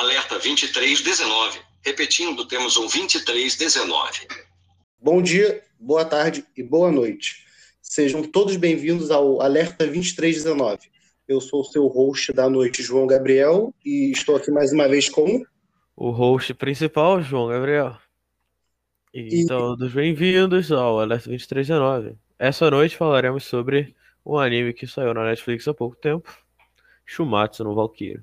Alerta 2319. Repetindo, temos um 2319. Bom dia, boa tarde e boa noite. Sejam todos bem-vindos ao Alerta 2319. Eu sou o seu host da noite, João Gabriel, e estou aqui mais uma vez com... O host principal, João Gabriel. E todos bem-vindos ao Alerta 2319. Essa noite falaremos sobre um anime que saiu na Netflix há pouco tempo, Shumatsu no Valkyrie.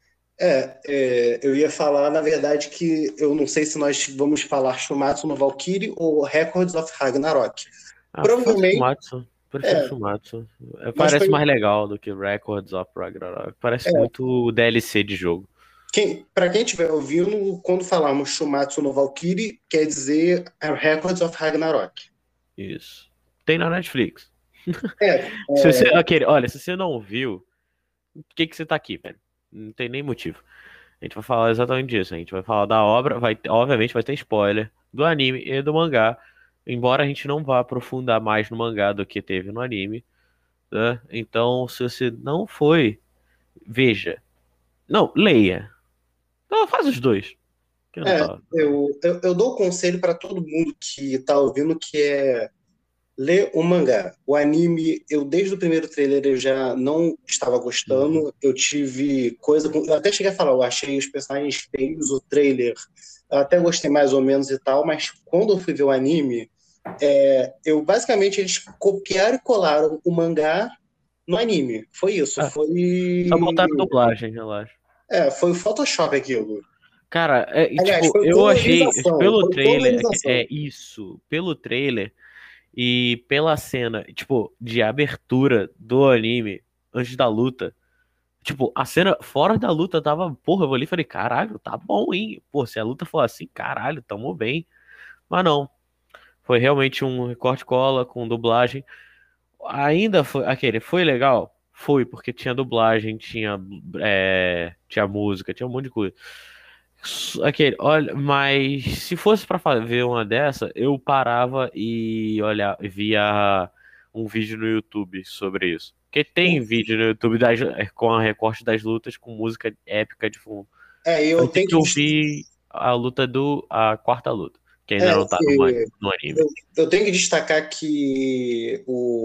Eu ia falar, na verdade, que eu não sei se nós vamos falar Shumatsu no Valkyrie ou Records of Ragnarok. Provavelmente... Shumatsu. Prefiro Shumatsu. Parece mais legal do que Records of Ragnarok. Parece muito DLC de jogo. Para quem estiver ouvindo, quando falarmos Shumatsu no Valkyrie, quer dizer Records of Ragnarok. Isso. Tem na Netflix. Olha, se você não viu, por que você tá aqui, velho? Não tem nem motivo. A gente vai falar exatamente disso. A gente vai falar da obra, obviamente vai ter spoiler do anime e do mangá. Embora a gente não vá aprofundar mais no mangá do que teve no anime, né? Então, se você não foi, veja. Não, leia. Não, faz os dois. Eu dou conselho para todo mundo que tá ouvindo, que é ler o mangá. O anime, desde o primeiro trailer eu já não estava gostando. Eu tive coisa... Eu até cheguei a falar, eu achei os personagens feios, o trailer eu até gostei mais ou menos e tal, mas quando eu fui ver o anime, basicamente eles copiaram e colaram o mangá no anime. Foi isso. Só botaram dublagem, relaxa. Foi o Photoshop aquilo. Cara, Aliás, tipo, eu achei pelo trailer, pelo trailer e pela cena, tipo, de abertura do anime antes da luta. Tipo, a cena fora da luta tava, porra, eu olhei e falei, caralho, tá bom, hein? Pô, se a luta for assim, caralho, tamo bem. Mas não, foi realmente um recorte-cola com dublagem. Ainda foi legal? Foi, porque tinha dublagem, tinha música, tinha um monte de coisa. Olha, mas se fosse pra ver uma dessa, eu parava e via um vídeo no YouTube sobre isso. Porque tem vídeo no YouTube com a recorte das lutas com música épica de fundo. Eu tenho que ouvir a quarta luta, que ainda não tá no anime. Eu tenho que destacar que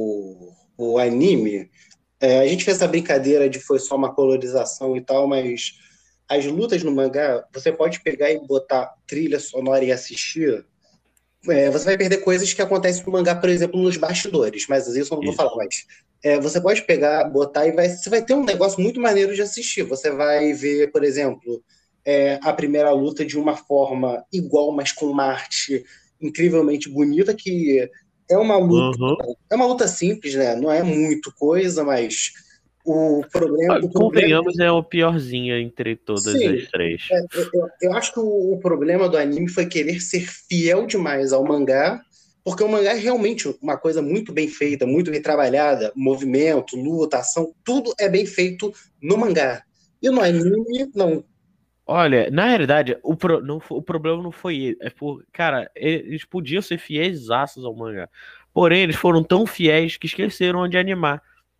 o anime, a gente fez essa brincadeira de foi só uma colorização e tal, mas as lutas no mangá, você pode pegar e botar trilha sonora e assistir, você vai perder coisas que acontecem no mangá, por exemplo, nos bastidores, mas isso eu não vou falar mais. Você pode pegar, botar e você vai ter um negócio muito maneiro de assistir. Você vai ver, por exemplo, a primeira luta de uma forma igual, mas com uma arte incrivelmente bonita, que é uma luta simples, né? Não é muito coisa, mas o problema... Convenhamos, é o piorzinho entre todas as três. Eu acho que o problema do anime foi querer ser fiel demais ao mangá, porque o mangá é realmente uma coisa muito bem feita, muito bem trabalhada, movimento, luta, ação, tudo é bem feito no mangá. E no anime, não. Olha, na realidade, o problema não foi cara, eles podiam ser fiéis ao mangá. Porém, eles foram tão fiéis que esqueceram de animar.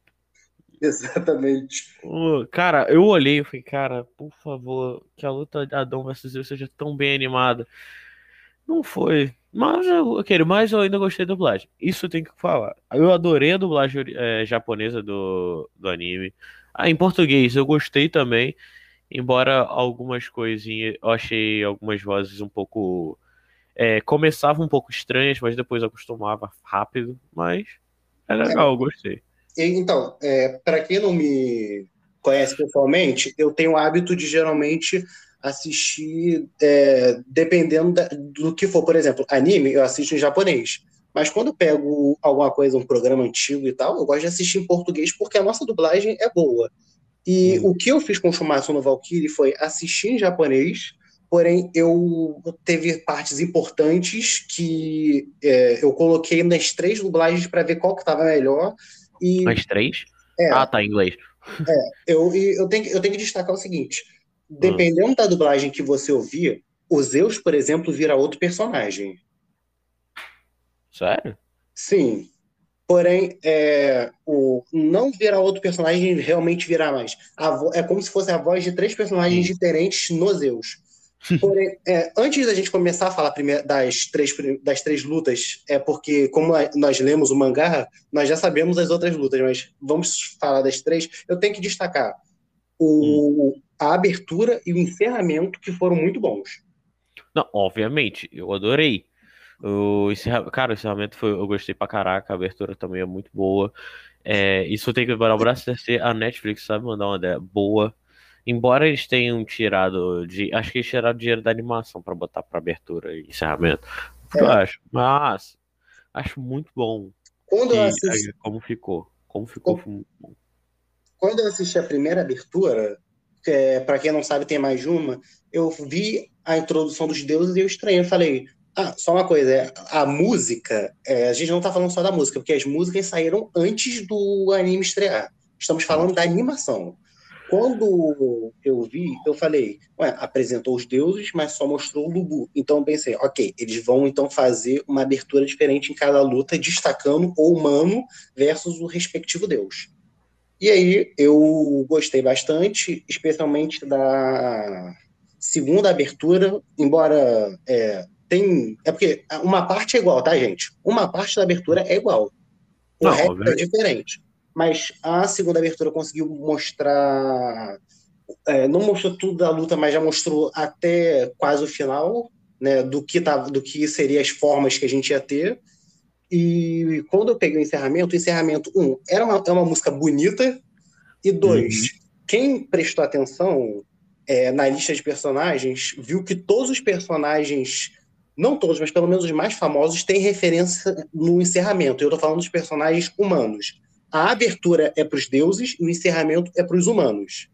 Exatamente. Cara, eu olhei e falei, cara, por favor, que a luta de Adão vs Zeus seja tão bem animada. Não foi. Mas eu ainda gostei da dublagem. Isso eu tenho que falar. Eu adorei a dublagem japonesa do anime. Em português eu gostei também. Embora algumas coisinhas, eu achei algumas vozes um pouco... começavam um pouco estranhas, mas depois acostumava rápido. Mas é legal, eu gostei. Então, para quem não me conhece pessoalmente, eu tenho o hábito de geralmente assistir, dependendo do que for. Por exemplo, anime, eu assisto em japonês. Mas quando eu pego alguma coisa, um programa antigo e tal, eu gosto de assistir em português porque a nossa dublagem é boa. E o que eu fiz com o Shumatsu no Valkyrie foi assistir em japonês, porém eu teve partes importantes que eu coloquei nas 3 dublagens para ver qual que estava melhor. As 3? Tá, em inglês. Eu tenho que destacar o seguinte: dependendo da dublagem que você ouvir, o Zeus, por exemplo, vira outro personagem. Sério? Sim. Porém, não virar outro personagem realmente virar mais. É como se fosse a voz de 3 personagens diferentes nos Zeus. Porém, antes da gente começar a falar das três lutas, porque como nós lemos o mangá, nós já sabemos as outras lutas, mas vamos falar das 3. Eu tenho que destacar a abertura e o encerramento, que foram muito bons. Não, obviamente, eu adorei. Cara, o encerramento eu gostei pra caraca, a abertura também é muito boa. Isso eu tenho que dar o braço a torcer. A Netflix sabe mandar uma ideia boa. Embora eles tenham tirado acho que eles tiraram dinheiro da animação pra botar pra abertura e encerramento. Eu acho. Mas acho muito bom Quando eu assisti, como ficou. Foi muito bom. Quando eu assisti a primeira abertura, para quem não sabe, tem mais de uma, eu vi a introdução dos deuses e eu estranhei. Eu falei, só uma coisa, a música, a gente não tá falando só da música, porque as músicas saíram antes do anime estrear. Estamos falando da animação. Quando eu vi, eu falei, apresentou os deuses, mas só mostrou o Lubu. Então eu pensei, ok, eles vão então fazer uma abertura diferente em cada luta, destacando o humano versus o respectivo deus. E aí eu gostei bastante, especialmente da segunda abertura, embora é porque uma parte é igual, tá, gente? Uma parte da abertura é igual, o Não, resto é obviamente. diferente. Mas a segunda abertura conseguiu mostrar, não mostrou tudo da luta, mas já mostrou até quase o final, né, do que seria as formas que a gente ia ter. E quando eu peguei o encerramento, é uma música bonita, e 2, quem prestou atenção na lista de personagens, viu que todos os personagens, não todos, mas pelo menos os mais famosos, têm referência no encerramento. Eu tô falando dos personagens humanos. A abertura é para os deuses e o encerramento é para os humanos.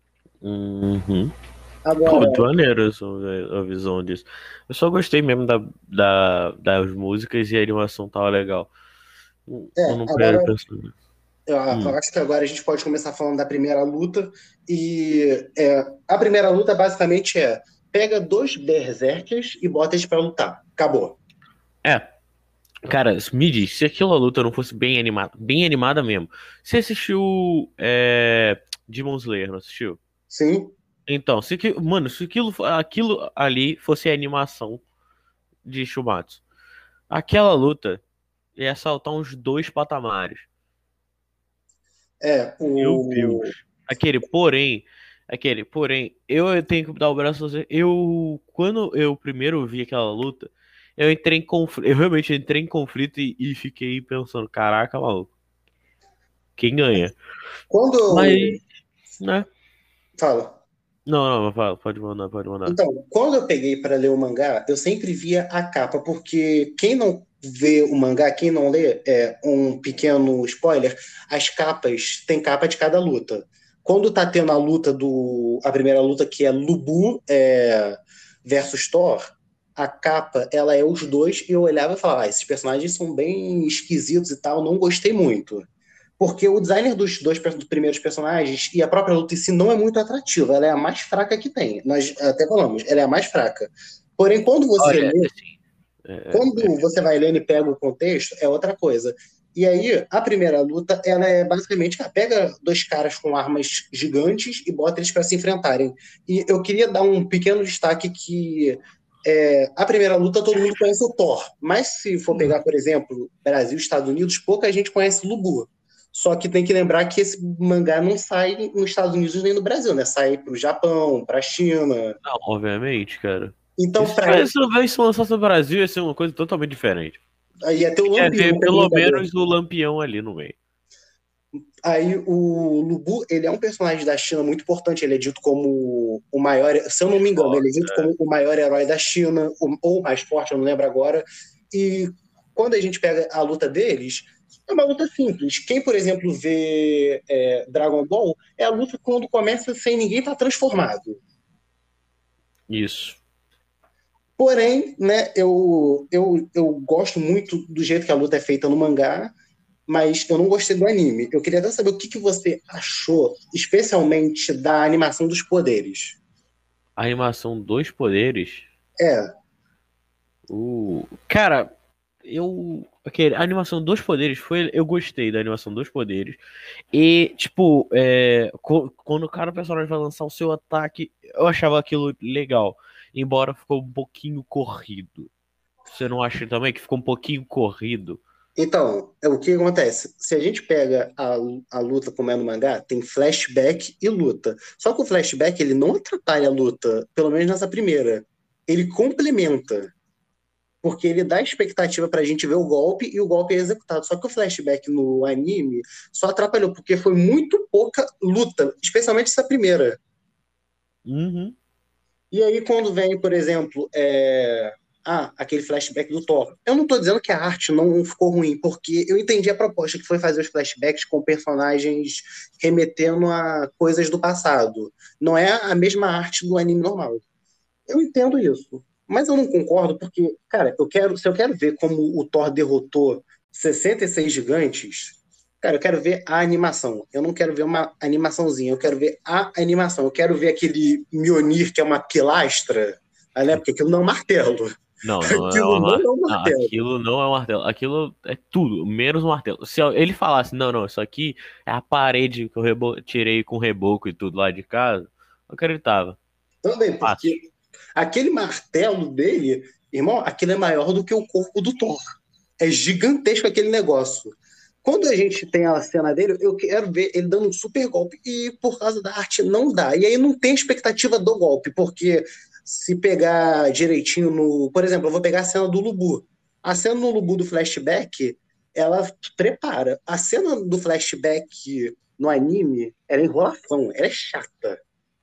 Pô, Agora, muito maneiro a visão disso. Eu só gostei mesmo das músicas e a animação tava legal. Eu não quero agora pensar. eu acho que agora a gente pode começar falando da primeira luta. E a primeira luta basicamente pega 2 berserkers e bota eles pra lutar. Acabou. Cara, me diz, se aquela luta não fosse bem animada mesmo. Você assistiu Demon Slayer, não assistiu? Sim. Então, mano, se aquilo ali fosse a animação de Shumatsu, aquela luta ia saltar uns 2 patamares. Meu O Deus. Eu tenho que dar o braço a você. Quando eu primeiro vi aquela luta, eu entrei em conflito. Eu realmente entrei em conflito e fiquei pensando, caraca, maluco, quem ganha? Quando Mas, eu né? falo, Não, fala, pode mandar, pode mandar. então, quando eu peguei para ler o mangá, eu sempre via a capa, porque quem não vê o mangá, quem não lê, um pequeno spoiler, as capas tem capa de cada luta. Quando tá tendo a primeira luta que é Lubu versus Thor, a capa ela é os dois e eu olhava e falava, esses personagens são bem esquisitos e tal, não gostei muito. Porque o designer dos primeiros personagens e a própria luta em si não é muito atrativa. Ela é a mais fraca que tem. Nós até falamos, ela é a mais fraca. Porém, Olha, assim, quando você vai lendo e pega o contexto, é outra coisa. E aí, a primeira luta, ela é basicamente, pega 2 caras com armas gigantes e bota eles para se enfrentarem. E eu queria dar um pequeno destaque que a primeira luta todo mundo conhece o Thor, mas se for pegar, por exemplo, Brasil e Estados Unidos, pouca gente conhece o Lubu. Só que tem que lembrar que esse mangá não sai nos Estados Unidos nem no Brasil, né? Sai pro Japão, pra China. não, obviamente, cara. Então, Se lançasse no Brasil, ia ser uma coisa totalmente diferente. aí ia ter o Ia Lampião ver como pelo lutador. menos o Lampião ali no meio. Aí o Lubu, ele é um personagem da China muito importante, ele é dito como o maior, se eu não me engano, ele é dito como o maior herói da China, ou o mais forte, eu não lembro agora. E quando a gente pega a luta deles, é uma luta simples. Quem, por exemplo, vê Dragon Ball, é a luta quando começa sem ninguém estar transformado. Isso. Porém, né, eu gosto muito do jeito que a luta é feita no mangá, mas eu não gostei do anime. Eu queria até saber o que você achou, especialmente da animação dos poderes. A animação dos poderes. É, Cara, a animação dos poderes foi. Eu gostei da animação dos poderes. E, tipo, quando cada personagem vai lançar o seu ataque, eu achava aquilo legal. Embora ficou um pouquinho corrido. Você não acha também que ficou um pouquinho corrido? Então, o que acontece? Se a gente pega a luta como é no mangá, tem flashback e luta. Só que o flashback, ele não atrapalha a luta, pelo menos nessa primeira. Ele complementa. Porque ele dá expectativa pra gente ver o golpe e o golpe é executado. Só que o flashback no anime só atrapalhou, porque foi muito pouca luta, especialmente essa primeira. Uhum. E aí, quando vem, por exemplo, aquele flashback do Thor. Eu não tô dizendo que a arte não ficou ruim, porque eu entendi a proposta que foi fazer os flashbacks com personagens remetendo a coisas do passado. Não é a mesma arte do anime normal. Eu entendo isso. Mas eu não concordo porque, cara, se eu quero ver como o Thor derrotou 66 gigantes, cara, eu quero ver a animação. Eu não quero ver uma animaçãozinha, eu quero ver a animação. Eu quero ver aquele Mjolnir, que é uma pilastra, né? Porque aquilo não é um martelo. Não, Aquilo não é um martelo. aquilo não é um martelo. Aquilo é tudo, menos um martelo. Se ele falasse, não, isso aqui é a parede que eu tirei com reboco e tudo lá de casa, eu acreditava. Também, porque aquele martelo dele, irmão, aquilo é maior do que o corpo do Thor. É gigantesco aquele negócio. Quando a gente tem a cena dele, eu quero ver ele dando um super golpe. E por causa da arte não dá. E aí não tem expectativa do golpe, porque se pegar direitinho no. Por exemplo, eu vou pegar a cena do Lubu. A cena no Lubu do flashback, ela prepara. A cena do flashback no anime, ela é enrolação, ela é chata.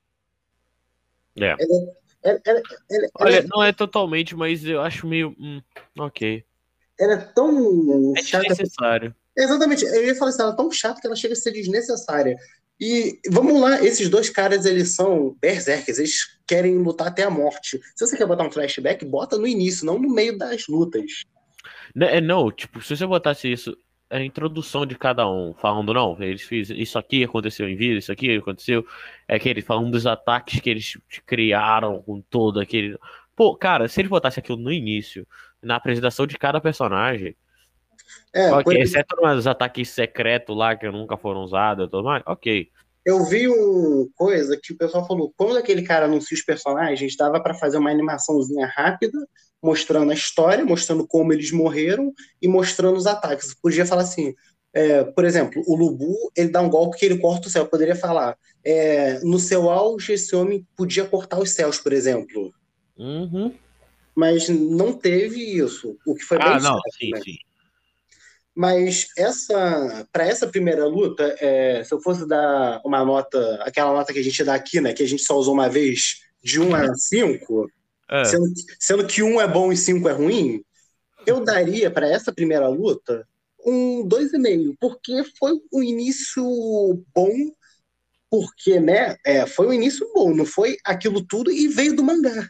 É. Olha, não é totalmente, mas eu acho meio. Ok. Ela é tão chata. Desnecessário. Exatamente, eu ia falar assim, ela é tão chata que ela chega a ser desnecessária. E vamos lá, esses dois caras, eles são berserkers, eles querem lutar até a morte. Se você quer botar um flashback, bota no início, não no meio das lutas. Não, tipo, se você botasse isso, a introdução de cada um, falando, não, eles fizeram isso aqui aconteceu em vida, isso aqui aconteceu, que eles falando dos ataques que eles criaram com todo aquele. Pô, cara, se eles botassem aquilo no início, na apresentação de cada personagem, exceto os ataques secretos lá que nunca foram usados e tudo mais, ok. Eu vi uma coisa que o pessoal falou, quando aquele cara anuncia os personagens, dava pra fazer uma animaçãozinha rápida, mostrando a história, mostrando como eles morreram e mostrando os ataques. Podia falar assim, por exemplo, o Lubu, ele dá um golpe que ele corta o céu. Eu poderia falar, no seu auge, esse homem podia cortar os céus, por exemplo. Uhum. Mas não teve isso, o que foi bem não, chato, sim, né? sim. Mas para essa primeira luta, se eu fosse dar uma nota, aquela nota que a gente dá aqui, né, que a gente só usou uma vez, de 1 a 5, sendo que 1 é bom e 5 é ruim, eu daria para essa primeira luta um 2,5, porque foi um início bom, porque, né, foi um início bom, não foi aquilo tudo e veio do mangá.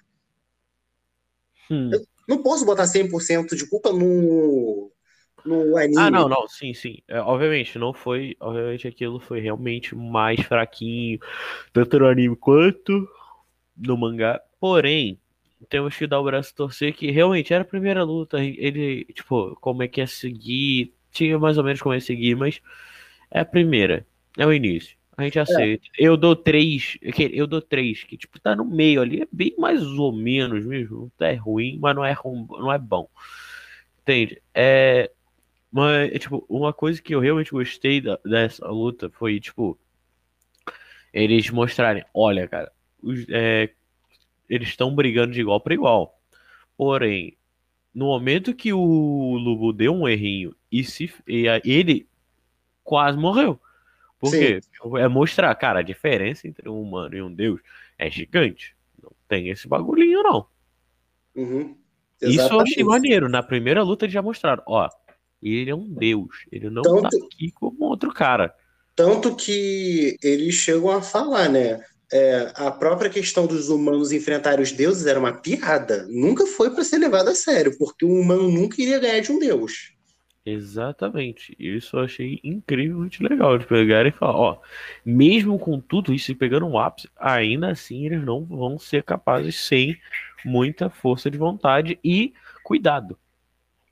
Eu não posso botar 100% de culpa no anime. Não, sim. Obviamente, não foi. Obviamente, aquilo foi realmente mais fraquinho, tanto no anime quanto no mangá. Porém, temos que dar o braço a torcer que realmente era a primeira luta. Ele, tipo, como é que ia seguir? Tinha mais ou menos como ia seguir, mas é a primeira. É o início. A gente aceita. Eu dou 3. Que, tipo, tá no meio ali. É bem mais ou menos mesmo. Não é ruim, mas não é bom. Entende? Mas, tipo, uma coisa que eu realmente gostei dessa luta foi, tipo, eles mostrarem, olha, cara, eles estão brigando de igual para igual. Porém, no momento que o Lubu deu um errinho ele quase morreu. Por quê? É mostrar, cara, a diferença entre um humano e um deus é gigante. Não tem esse bagulhinho, não. Uhum. Isso eu achei maneiro. Na primeira luta eles já mostraram, ó, ele é um deus. Ele não tá aqui como outro cara. Tanto que eles chegam a falar, né? A própria questão dos humanos enfrentarem os deuses era uma piada. Nunca foi para ser levado a sério, porque um humano nunca iria ganhar de um deus. Exatamente. Isso eu achei incrivelmente legal de pegar e falar, ó, mesmo com tudo isso e pegando um ápice, ainda assim eles não vão ser capazes sem muita força de vontade e cuidado.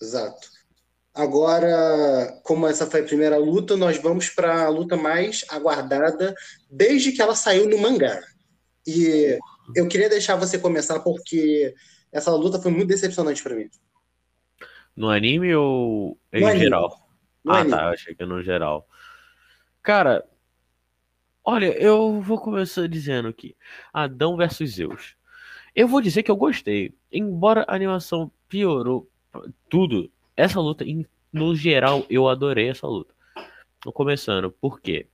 exato. Agora, como essa foi a primeira luta, nós vamos para a luta mais aguardada desde que ela saiu no mangá. E eu queria deixar você começar porque essa luta foi muito decepcionante para mim. No anime ou No em anime, geral? no Ah, tá, anime. eu achei que no geral. Cara, olha, eu vou começar dizendo que Adão versus Zeus. Eu vou dizer que eu gostei. Embora a animação piorou tudo, essa luta, no geral, eu adorei essa luta. Tô começando, por quê?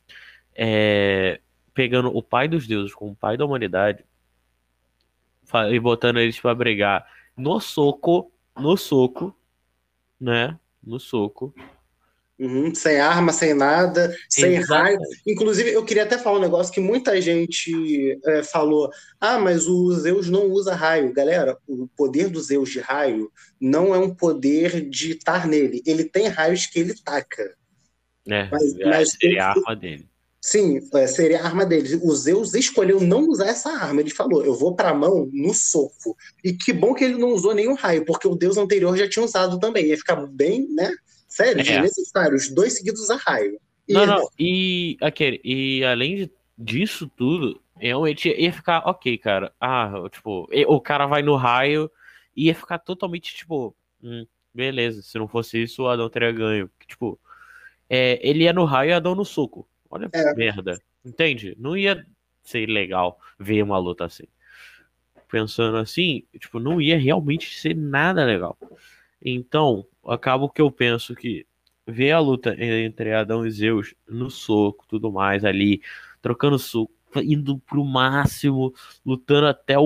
Pegando o pai dos deuses com o pai da humanidade e botando eles pra brigar no soco, né? No soco. Uhum, sem arma, sem nada, sem raio. Exatamente. Inclusive, eu queria até falar um negócio que muita gente falou: ah, mas o Zeus não usa raio. Galera, o poder do Zeus de raio não é um poder de estar nele. Ele tem raios que ele taca. Mas Seria a arma dele. sim, seria a arma dele. O Zeus escolheu não usar essa arma. Ele falou: eu vou pra mão no soco. E que bom que ele não usou nenhum raio, porque o deus anterior já tinha usado também. Ia ficar bem, né? Sério, É. desnecessário. Os dois seguidos a raio. Não, E, não. E além disso tudo, realmente ia ficar ok, cara. Ah, tipo, o cara vai no raio e ia ficar totalmente, tipo, beleza. Se não fosse isso, o Adão teria ganho. Tipo, ele ia no raio e Adão no soco. Olha, é, merda. Entende? Não ia ser legal ver uma luta assim. Pensando assim, tipo, não ia realmente ser nada legal. Então, acaba que eu penso que ver a luta entre Adão e Zeus no soco, tudo mais ali, trocando soco, indo pro máximo, lutando até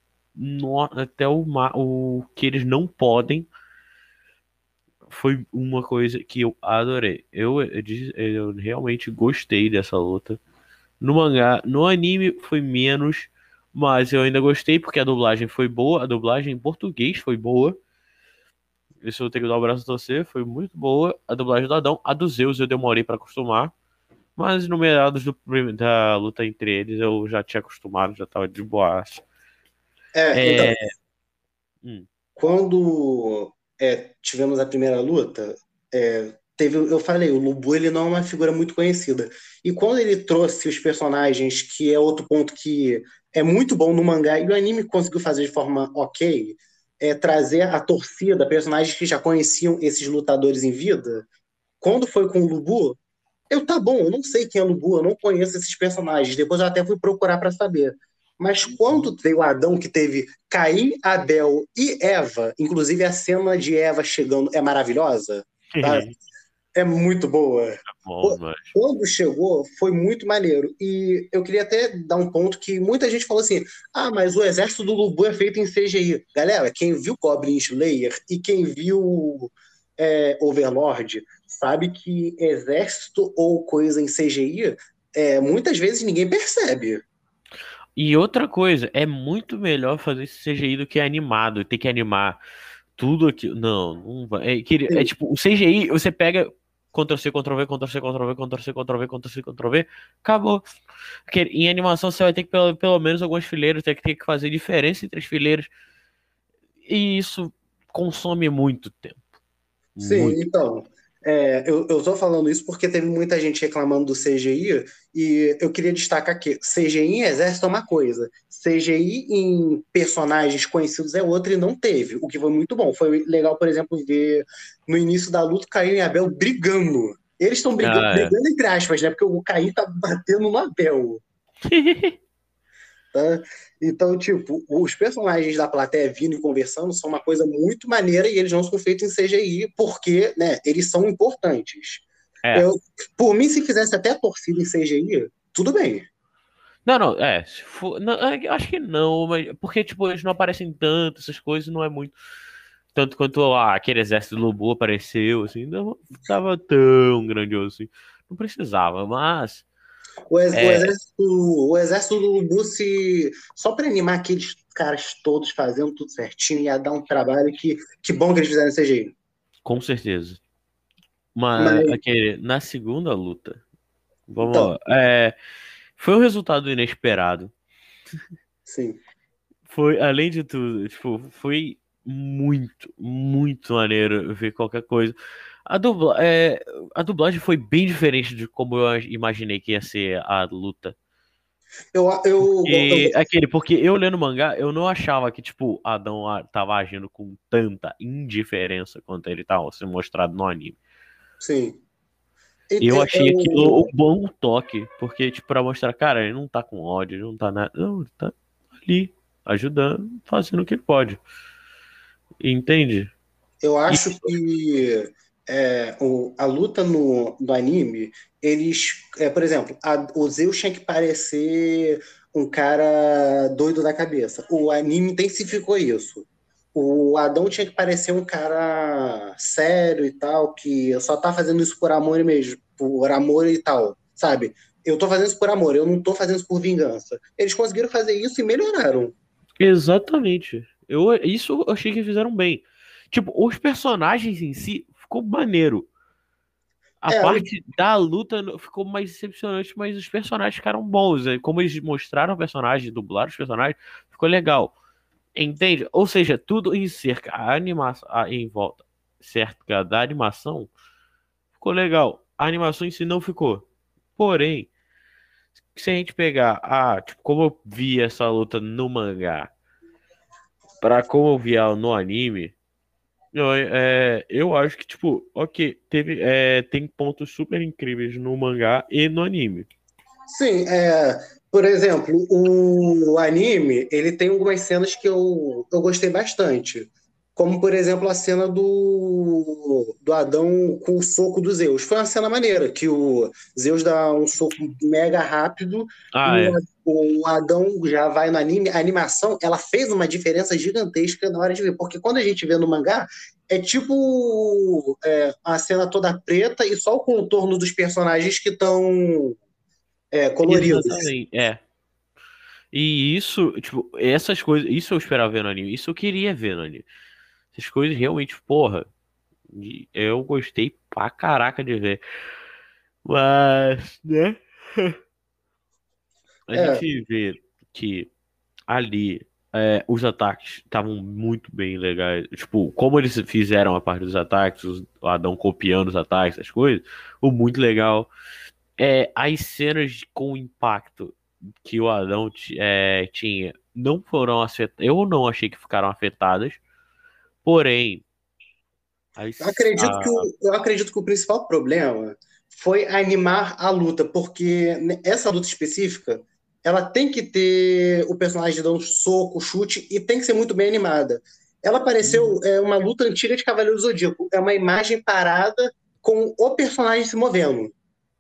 o que eles não podem, foi uma coisa que eu adorei. Eu realmente gostei dessa luta. No mangá, no anime foi menos, mas eu ainda gostei porque a dublagem foi boa, a dublagem em português foi boa. Isso eu tenho que dar o braço a torcer, foi muito boa. A dublagem do Adão, a do Zeus eu demorei pra acostumar, mas no meados da luta entre eles eu já tinha acostumado, já tava de boa. então, É, hum, quando tivemos a primeira luta, eu falei, o Lubu ele não é uma figura muito conhecida. E quando ele trouxe os personagens, que é outro ponto que é muito bom no mangá, e o anime conseguiu fazer de forma ok, trazer a torcida, personagens que já conheciam esses lutadores em vida. Quando foi com o Lubu, tá bom, eu não sei quem é Lubu, eu não conheço esses personagens. Depois eu até fui procurar para saber. Mas quando veio Adão, que teve Caim, Abel e Eva, inclusive a cena de Eva chegando é maravilhosa, tá? É muito boa. bom, mas Quando chegou, foi muito maneiro. E eu queria até dar um ponto que muita gente falou assim: ah, mas o exército do Lubu é feito em CGI. Galera, quem viu Goblin Slayer e quem viu Overlord sabe que exército ou coisa em CGI, muitas vezes ninguém percebe. e outra coisa, é muito melhor fazer esse CGI do que animado, ter que animar tudo aqui. Não, não vai. É Sim, tipo, o CGI, você pega Ctrl+C, Ctrl+V, Ctrl+C, Ctrl+V, Ctrl+C, Ctrl+V, Ctrl+C, Ctrl+V, acabou. Porque em animação você vai ter que, pelo menos, algumas fileiras, ter que fazer diferença entre as fileiras. E isso consome muito tempo. sim, Muito. então. Eu tô falando isso porque teve muita gente reclamando do CGI e eu queria destacar que CGI em exército é uma coisa, CGI em personagens conhecidos é outra e não teve, o que foi muito bom. Foi legal, por exemplo, ver no início da luta Caim e Abel brigando. Eles estão brigando, Ah, é. brigando entre aspas, né? Porque o Caim tá batendo no Abel. Tá? Então, tipo, os personagens da plateia vindo e conversando são uma coisa muito maneira e eles não são feitos em CGI porque, né, eles são importantes. É. Eu, por mim, se fizesse até torcida em CGI, tudo bem. Não, não, se for, não, eu acho que não, mas porque tipo, eles não aparecem tanto, essas coisas não é muito tanto quanto aquele exército do Lobo apareceu, assim, não tava tão grandioso assim. Não precisava, mas O é, exército do Lubu, só para animar aqueles caras todos fazendo tudo certinho, ia dar um trabalho que bom que eles fizeram em CGI. com certeza. Mas Mas, aquele, na segunda luta, vamos então, lá, foi um resultado inesperado. sim. Foi, além de tudo, tipo, foi muito, muito maneiro ver qualquer coisa. A, dubla, a dublagem foi bem diferente de como eu imaginei que ia ser a luta. Porque eu lendo o mangá, eu não achava que, tipo, Adão tava agindo com tanta indiferença quanto ele tava sendo mostrado no anime. Sim. Eu achei aquilo um bom toque, porque, tipo, pra mostrar, cara, ele não tá com ódio, ele não tá nada. Não, ele tá ali, ajudando, fazendo o que ele pode. Entende? Eu acho que a luta no anime, eles. Por exemplo, o Zeus tinha que parecer um cara doido da cabeça. O anime intensificou isso. O Adão tinha que parecer um cara sério e tal, que só tá fazendo isso por amor mesmo, por amor e tal, sabe? Eu tô fazendo isso por amor, eu não tô fazendo isso por vingança. Eles conseguiram fazer isso e melhoraram. Exatamente. Isso eu achei que fizeram bem. Tipo, os personagens em si ficou maneiro. A É, parte da luta ficou mais decepcionante, mas os personagens ficaram bons. Como eles mostraram o personagem, dublaram os personagens, ficou legal. Entende? Ou seja, tudo em cerca, a animação, em volta cerca da animação, ficou legal. A animação em si não ficou. Porém, se a gente pegar, tipo, como eu vi essa luta no mangá, pra como eu vi ela no anime, eu acho que, tipo, ok, tem pontos super incríveis no mangá e no anime. sim, por exemplo, o anime, ele tem algumas cenas que eu gostei bastante. Como, por exemplo, a cena do Adão com o soco do Zeus. Foi uma cena maneira, que o Zeus dá um soco mega rápido e É. o Adão já vai no anime. A animação, ela fez uma diferença gigantesca na hora de ver. Porque quando a gente vê no mangá, é tipo a cena toda preta e só o contorno dos personagens que estão coloridos. Exatamente, é. E isso, tipo, essas coisas, isso eu esperava ver no anime, isso eu queria ver no anime. Essas coisas realmente, porra, eu gostei pra caraca de ver. Mas, né? A É, gente vê que ali os ataques estavam muito bem legais. Tipo, como eles fizeram a parte dos ataques, o Adão copiando os ataques, essas coisas, o muito legal. As cenas com impacto que o Adão tinha não foram afetadas. Eu não achei que ficaram afetadas. Porém, eu as, acredito que a- eu acredito que o principal problema foi animar a luta, porque essa luta específica, ela tem que ter o personagem dando soco, chute e tem que ser muito bem animada. Ela pareceu Uhum. uma luta antiga de Cavaleiro do Zodíaco, é uma imagem parada com o personagem se movendo.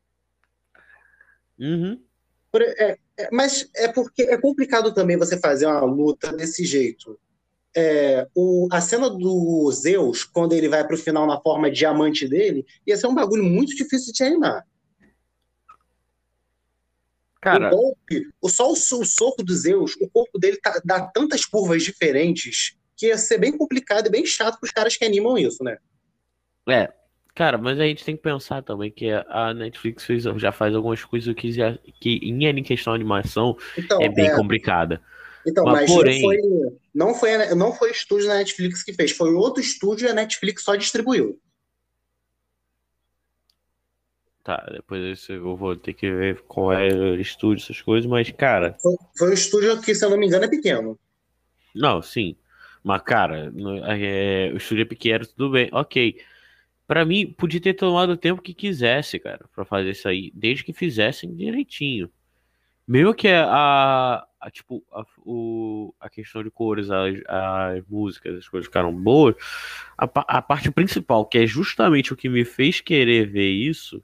Uhum. Mas é porque é complicado também você fazer uma luta desse jeito. A cena do Zeus, quando ele vai pro final na forma diamante dele, ia ser um bagulho muito difícil de animar. O Cara, golpe, o soco do Zeus, o corpo dele dá tantas curvas diferentes que ia ser bem complicado e bem chato pros caras que animam isso, né? é. Cara, mas a gente tem que pensar também que a Netflix já faz algumas coisas que em questão de animação é Então, bem complicada. Mas mas porém, não foi estúdio da Netflix que fez, foi outro estúdio e a Netflix só distribuiu. tá, depois eu vou ter que ver qual é o estúdio, essas coisas, mas cara, Foi um estúdio que, se eu não me engano, é pequeno. não, sim. Mas cara, o estúdio é pequeno, tudo bem, ok. Pra mim, podia ter tomado o tempo que quisesse, cara, pra fazer isso aí, desde que fizessem direitinho. Mesmo que tipo, a questão de cores, as músicas, as coisas ficaram boas, a parte principal, que é justamente o que me fez querer ver isso,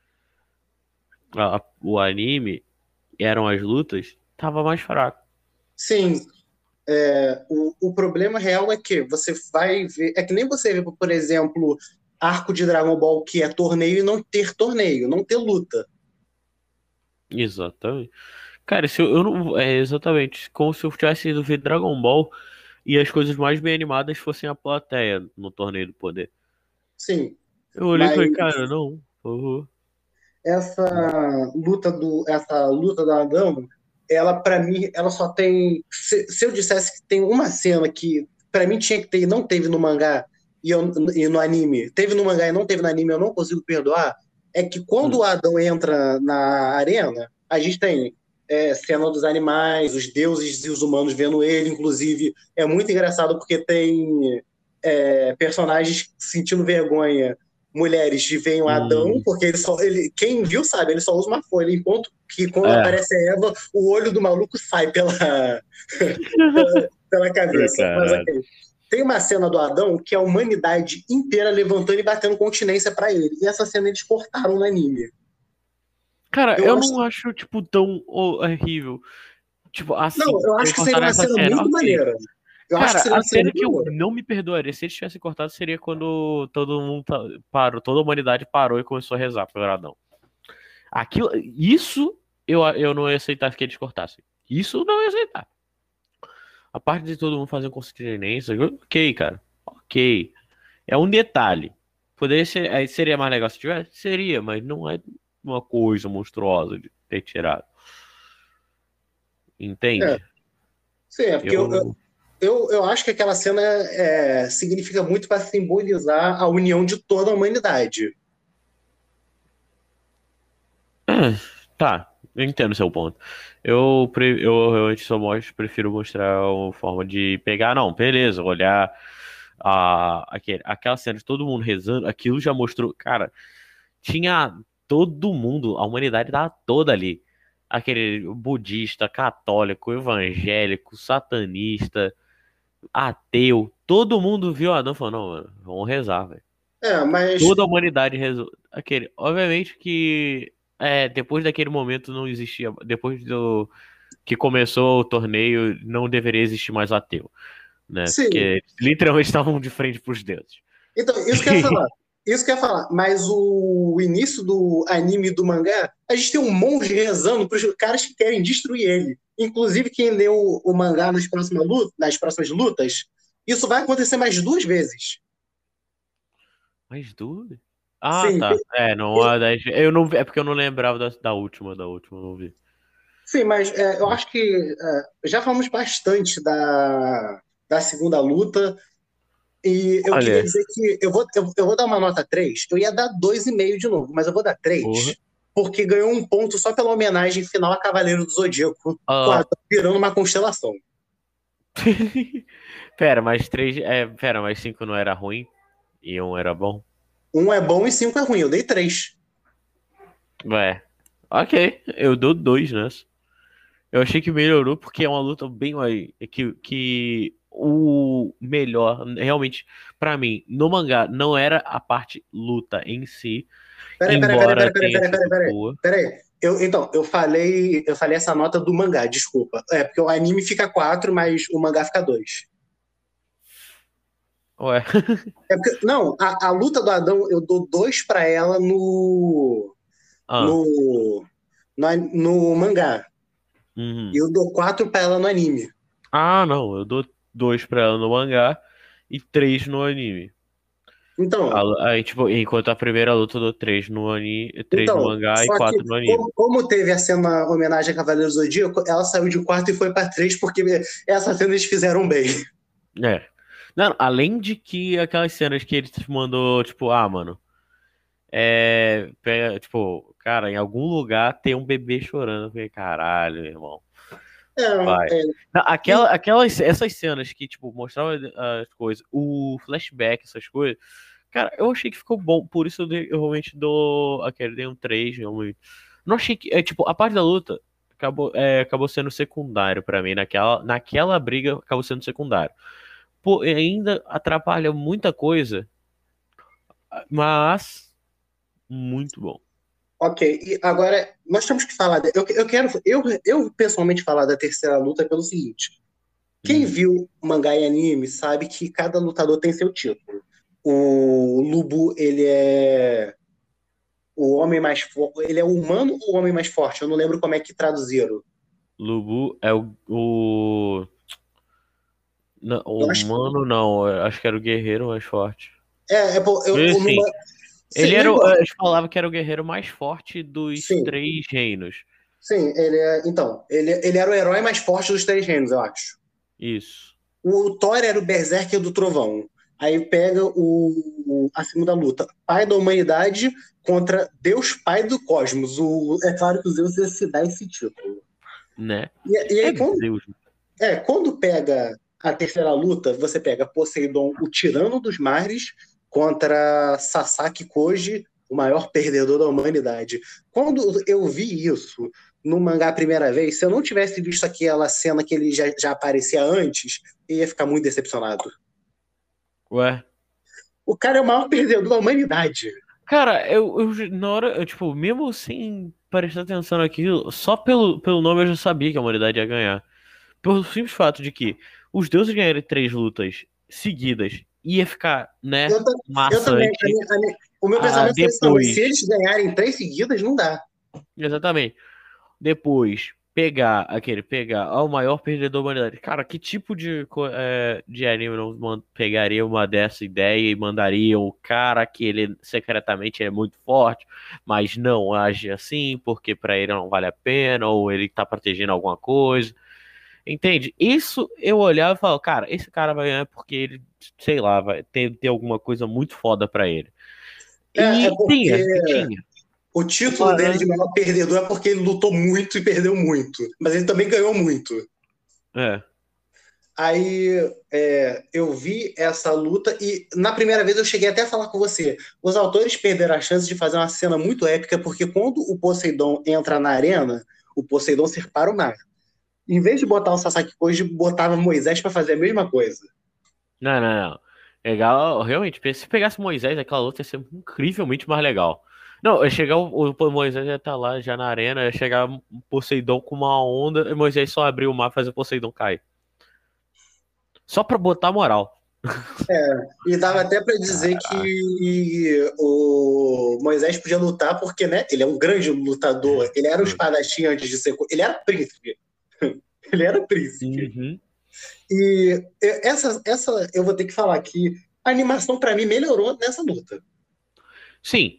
o anime, eram as lutas, tava mais fraco. Sim, o problema real é que você vai ver. É que nem você vê, por exemplo, arco de Dragon Ball que é torneio, não ter luta. Exatamente. Cara, se eu não. É exatamente como se eu tivesse ido ver Dragon Ball e as coisas mais bem animadas fossem a plateia no Torneio do Poder. Sim, Eu olhei e mas falei, cara, não, por favor. essa luta do Adão, ela para mim, ela só tem. Se eu dissesse que tem uma cena que pra mim tinha que ter e não teve no mangá e no anime, teve no mangá e não teve no anime, eu não consigo perdoar, é que quando o Adão entra na arena, a gente tem cena dos animais, os deuses e os humanos vendo ele, inclusive é muito engraçado porque tem personagens sentindo vergonha, mulheres de veem o Adão, porque quem viu sabe, ele só usa uma folha, enquanto que quando aparece a Eva, o olho do maluco sai pela cabeça. Mas ok. Tem uma cena do Adão que é a humanidade inteira levantando e batendo continência pra ele. E essa cena eles cortaram no anime. Cara, eu não acho, tipo, tão horrível. Tipo, assim. Não, eu acho que seria uma cena muito maneira. Cara, a cena que eu não me perdoaria se eles tivessem cortado seria quando todo mundo parou, toda a humanidade parou e começou a rezar pro Adão. Isso eu não ia aceitar que eles cortassem. Isso eu não ia aceitar. A parte de todo mundo fazer consistência, ok, cara. Ok. É um detalhe. Poderia ser, seria mais legal se tivesse? Seria, mas não é uma coisa monstruosa de ter tirado. Entende? Sim, é porque eu acho que aquela cena significa muito para simbolizar a união de toda a humanidade. Tá, eu entendo o seu ponto. Eu realmente prefiro mostrar uma forma de pegar, não, beleza, olhar aquela cena de todo mundo rezando, aquilo já mostrou, cara, tinha todo mundo, a humanidade tava toda ali. Aquele budista, católico, evangélico, satanista, ateu, todo mundo viu Adão e falou, não, mano, vamos rezar, velho. Mas... Toda a humanidade rezou. Obviamente que depois daquele momento não existia, depois do que começou o torneio, não deveria existir mais ateu, né? Sim. Porque literalmente estavam de frente pros deuses. Então, isso que eu ia falar. Isso que eu ia falar. Mas o início do anime e do mangá, a gente tem um monge rezando pros caras que querem destruir ele. Inclusive, quem leu o mangá nas próximas lutas, isso vai acontecer mais 2 vezes. Mais 2? Ah, Sim. tá. Eu não vi, é porque eu não lembrava da última, eu não vi. Sim, mas eu acho que já falamos bastante da segunda luta. E eu queria dizer que eu vou dar uma nota 3. Eu ia dar 2,5 de novo, mas eu vou dar 3, porque ganhou um ponto só pela homenagem final a Cavaleiro do Zodíaco, virando uma constelação. Pera, mas 5 não era ruim? E 1 era bom? 1 é bom e 5 é ruim, eu dei 3. Ok, eu dou 2 nessa. Eu achei que melhorou porque é uma luta bem mais. Que o melhor, realmente, pra mim, no mangá, não era a parte luta em si. Peraí. Eu falei essa nota do mangá, desculpa. Porque o anime fica 4, mas o mangá fica 2. Ué. Não, a luta do Adão, eu dou 2 pra ela no mangá. Uhum. E eu dou 4 pra ela no anime. Ah, não. Eu dou 2 pra ela no mangá e 3 no anime. Então, aí, tipo, enquanto a primeira luta eu dou 3 no anime, 3 no mangá e 4 no anime. Como teve a cena homenagem a Cavaleiro do Zodíaco, ela saiu de 4 e foi pra 3 porque essa cena eles fizeram bem. Não, além de que aquelas cenas que ele mandou, tipo, mano. Tipo, cara, em algum lugar tem um bebê chorando. Eu falei, caralho, meu irmão. Essas cenas que, tipo, mostravam as coisas, o flashback, essas coisas, cara, eu achei que ficou bom. Por isso eu realmente dei um 3, realmente. Não achei que, tipo, a parte da luta acabou sendo secundário pra mim. Naquela briga acabou sendo secundário. Pô, ainda atrapalha muita coisa, mas muito bom. Ok, e agora nós temos que falar. Eu pessoalmente falar da terceira luta pelo seguinte: quem viu mangá e anime sabe que cada lutador tem seu título. O Lubu, ele é o homem mais forte. Ele é o humano ou o homem mais forte? Eu não lembro como é que traduziram. Lubu é o não, o humano não, eu acho que era o guerreiro mais forte. Eles falavam que era o guerreiro mais forte dos 3 reinos. Sim, ele era o herói mais forte dos 3 reinos, eu acho. Isso. O Thor era o Berserker do Trovão. Aí pega a segunda luta. Pai da humanidade contra Deus Pai do Cosmos. É claro que o Zeus ia se dar esse título. Né? E aí, Zeus. quando pega a terceira luta, você pega Poseidon, o tirano dos mares, contra Sasaki Koji, o maior perdedor da humanidade. Quando eu vi isso no mangá a primeira vez, se eu não tivesse visto aquela cena que ele já aparecia antes, eu ia ficar muito decepcionado. Ué? O cara é o maior perdedor da humanidade. Cara, na hora, tipo, mesmo sem prestar atenção naquilo, só pelo nome eu já sabia que a humanidade ia ganhar. Pelo simples fato de que os deuses ganharem 3 lutas seguidas ia ficar, né, maçante. O meu pensamento foi depois, se eles ganharem 3 seguidas, não dá. Exatamente. Depois, pegar o maior perdedor da humanidade. Cara, que tipo de anime não pegaria uma dessa ideia e mandaria o cara que ele secretamente é muito forte, mas não age assim porque pra ele não vale a pena, ou ele tá protegendo alguma coisa. Entende? Isso eu olhava e falava, cara, esse cara vai ganhar porque ele, sei lá, vai ter alguma coisa muito foda pra ele. E tinha. O título dele de maior perdedor é porque ele lutou muito e perdeu muito. Mas ele também ganhou muito. Aí eu vi essa luta e na primeira vez eu cheguei até a falar com você. Os autores perderam a chance de fazer uma cena muito épica, porque quando o Poseidon entra na arena, o Poseidon separa o mar. Em vez de botar o Sasaki Koji, botava Moisés pra fazer a mesma coisa. Não. Legal, realmente, se pegasse Moisés, aquela luta ia ser incrivelmente mais legal. Não, ia chegar o Moisés ia estar lá já na arena, ia chegar o Poseidon com uma onda, e Moisés só abrir o mar e fazer o Poseidon cair. Só pra botar moral. E dava até pra dizer que o Moisés podia lutar porque, né, ele é um grande lutador, ele era um espadachim antes de ser... Ele era príncipe. Ele era príncipe. Uhum. E essa eu vou ter que falar que a animação pra mim melhorou nessa luta. Sim.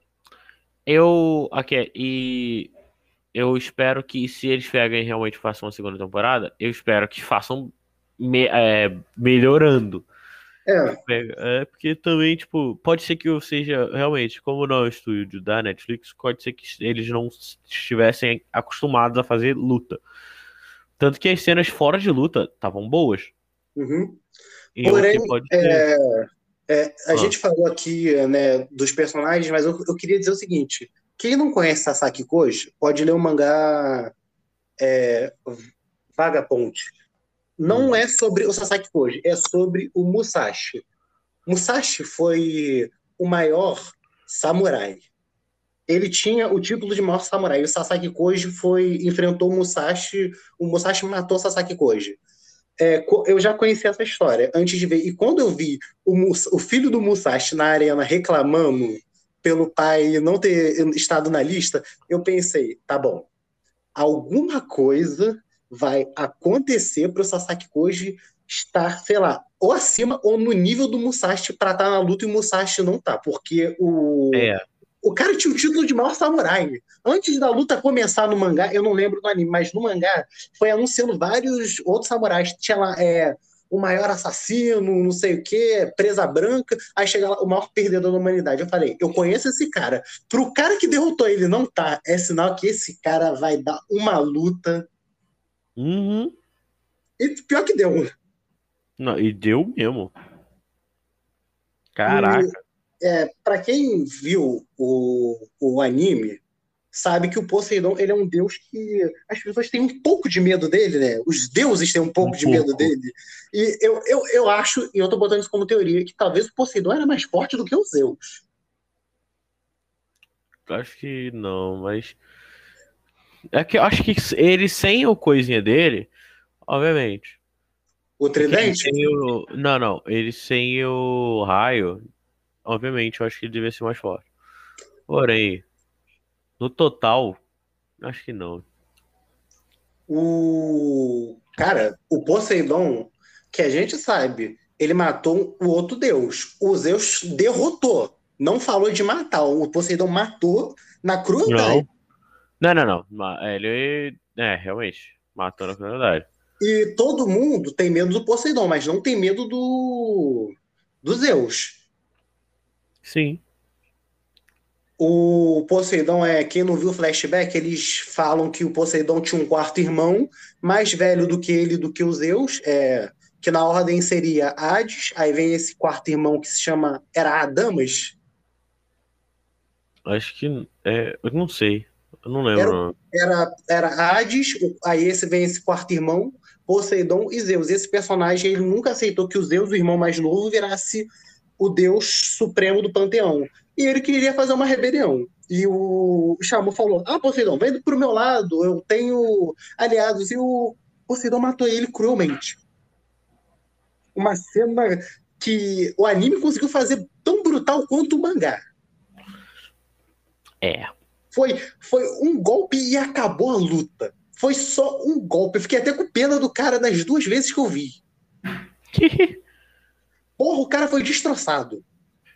E eu espero que se eles pegarem e realmente façam uma segunda temporada, eu espero que façam melhorando. Porque também, tipo, pode ser que eu seja realmente, como não é o estúdio da Netflix, pode ser que eles não estivessem acostumados a fazer luta. Tanto que as cenas fora de luta estavam boas. Uhum. Porém, pode ser. a gente falou aqui, né, dos personagens, mas eu queria dizer o seguinte: quem não conhece Sasaki Koji pode ler o mangá Vagabond. Não é sobre o Sasaki Koji, é sobre o Musashi. Musashi foi o maior samurai. Ele tinha o título de maior samurai. O Sasaki Koji enfrentou o Musashi matou o Sasaki Koji. Eu já conhecia essa história antes de ver. E quando eu vi o filho do Musashi na arena reclamando pelo pai não ter estado na lista, eu pensei, tá bom, alguma coisa vai acontecer para o Sasaki Koji estar, sei lá, ou acima ou no nível do Musashi para estar na luta e o Musashi não tá, porque o cara tinha o título de maior samurai. Antes da luta começar no mangá, eu não lembro do anime, mas no mangá foi anunciando vários outros samurais. Tinha lá o maior assassino, não sei o quê, presa branca, aí chega lá o maior perdedor da humanidade. Eu falei, eu conheço esse cara. Pro cara que derrotou ele não tá, é sinal que esse cara vai dar uma luta. Uhum. E pior que deu. Não, e deu mesmo. Caraca. Pra quem viu o anime, sabe que o Poseidon ele é um deus que as pessoas têm um pouco de medo dele, né? Os deuses têm um pouco de medo dele. E eu acho, e eu tô botando isso como teoria, que talvez o Poseidon era mais forte do que o Zeus. Acho que não, mas... É que eu acho que ele sem o coisinha dele, obviamente. O tridente? Não. Ele sem o raio, obviamente, eu acho que ele devia ser mais forte. Porém, no total, acho que não. Cara, o Poseidon, que a gente sabe, ele matou o outro deus. O Zeus derrotou. Não falou de matar. O Poseidon matou na crueldade. Não. Ele, realmente, matou na crueldade. E todo mundo tem medo do Poseidon, mas não tem medo do Zeus. Sim. O Poseidon quem não viu o flashback, eles falam que o Poseidon tinha um quarto irmão, mais velho do que ele, do que o Zeus, que na ordem seria Hades, aí vem esse quarto irmão que se chama, era Adamas? Acho que. Eu não sei. Eu não Era, lembro. era Hades, aí vem esse quarto irmão, Poseidon e Zeus. Esse personagem, ele nunca aceitou que o Zeus, o irmão mais novo, virasse o deus supremo do panteão. E ele queria fazer uma rebelião. E o Shamu falou: Poseidon, vem pro meu lado, eu tenho aliados. E o Poseidon matou ele cruelmente. Uma cena que o anime conseguiu fazer tão brutal quanto o mangá. Foi um golpe e acabou a luta. Foi só um golpe. Eu fiquei até com pena do cara nas 2 vezes que eu vi. Porra, o cara foi destroçado.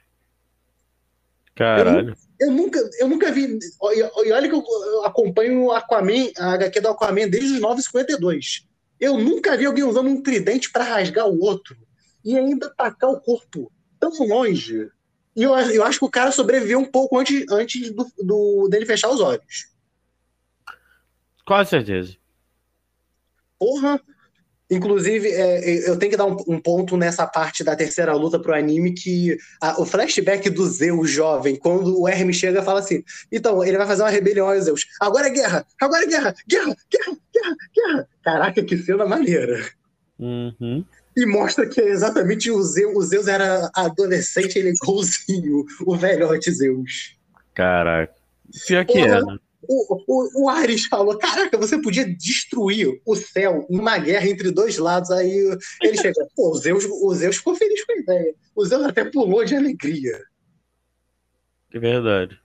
Caralho. Eu nunca vi. E olha que eu acompanho o Aquaman, a HQ do Aquaman desde os 952. Eu nunca vi alguém usando um tridente para rasgar o outro e ainda tacar o corpo tão longe. E eu acho que o cara sobreviveu um pouco antes dele fechar os olhos. Quase certeza. Porra! Inclusive, eu tenho que dar um ponto nessa parte da terceira luta pro anime, que o flashback do Zeus jovem, quando o Hermes chega e fala assim, então, ele vai fazer uma rebelião aos Zeus. Agora é guerra! Agora é guerra! Guerra! Guerra! Guerra! Guerra! Caraca, que cena maneira! Uhum. E mostra que é exatamente o Zeus era adolescente, ele é igualzinho o velhote Zeus. Caraca. Pior que é, né? O Ares falou: caraca, você podia destruir o céu numa guerra entre 2 lados. Aí ele chega: pô, o Zeus ficou feliz com a ideia. O Zeus até pulou de alegria. É verdade.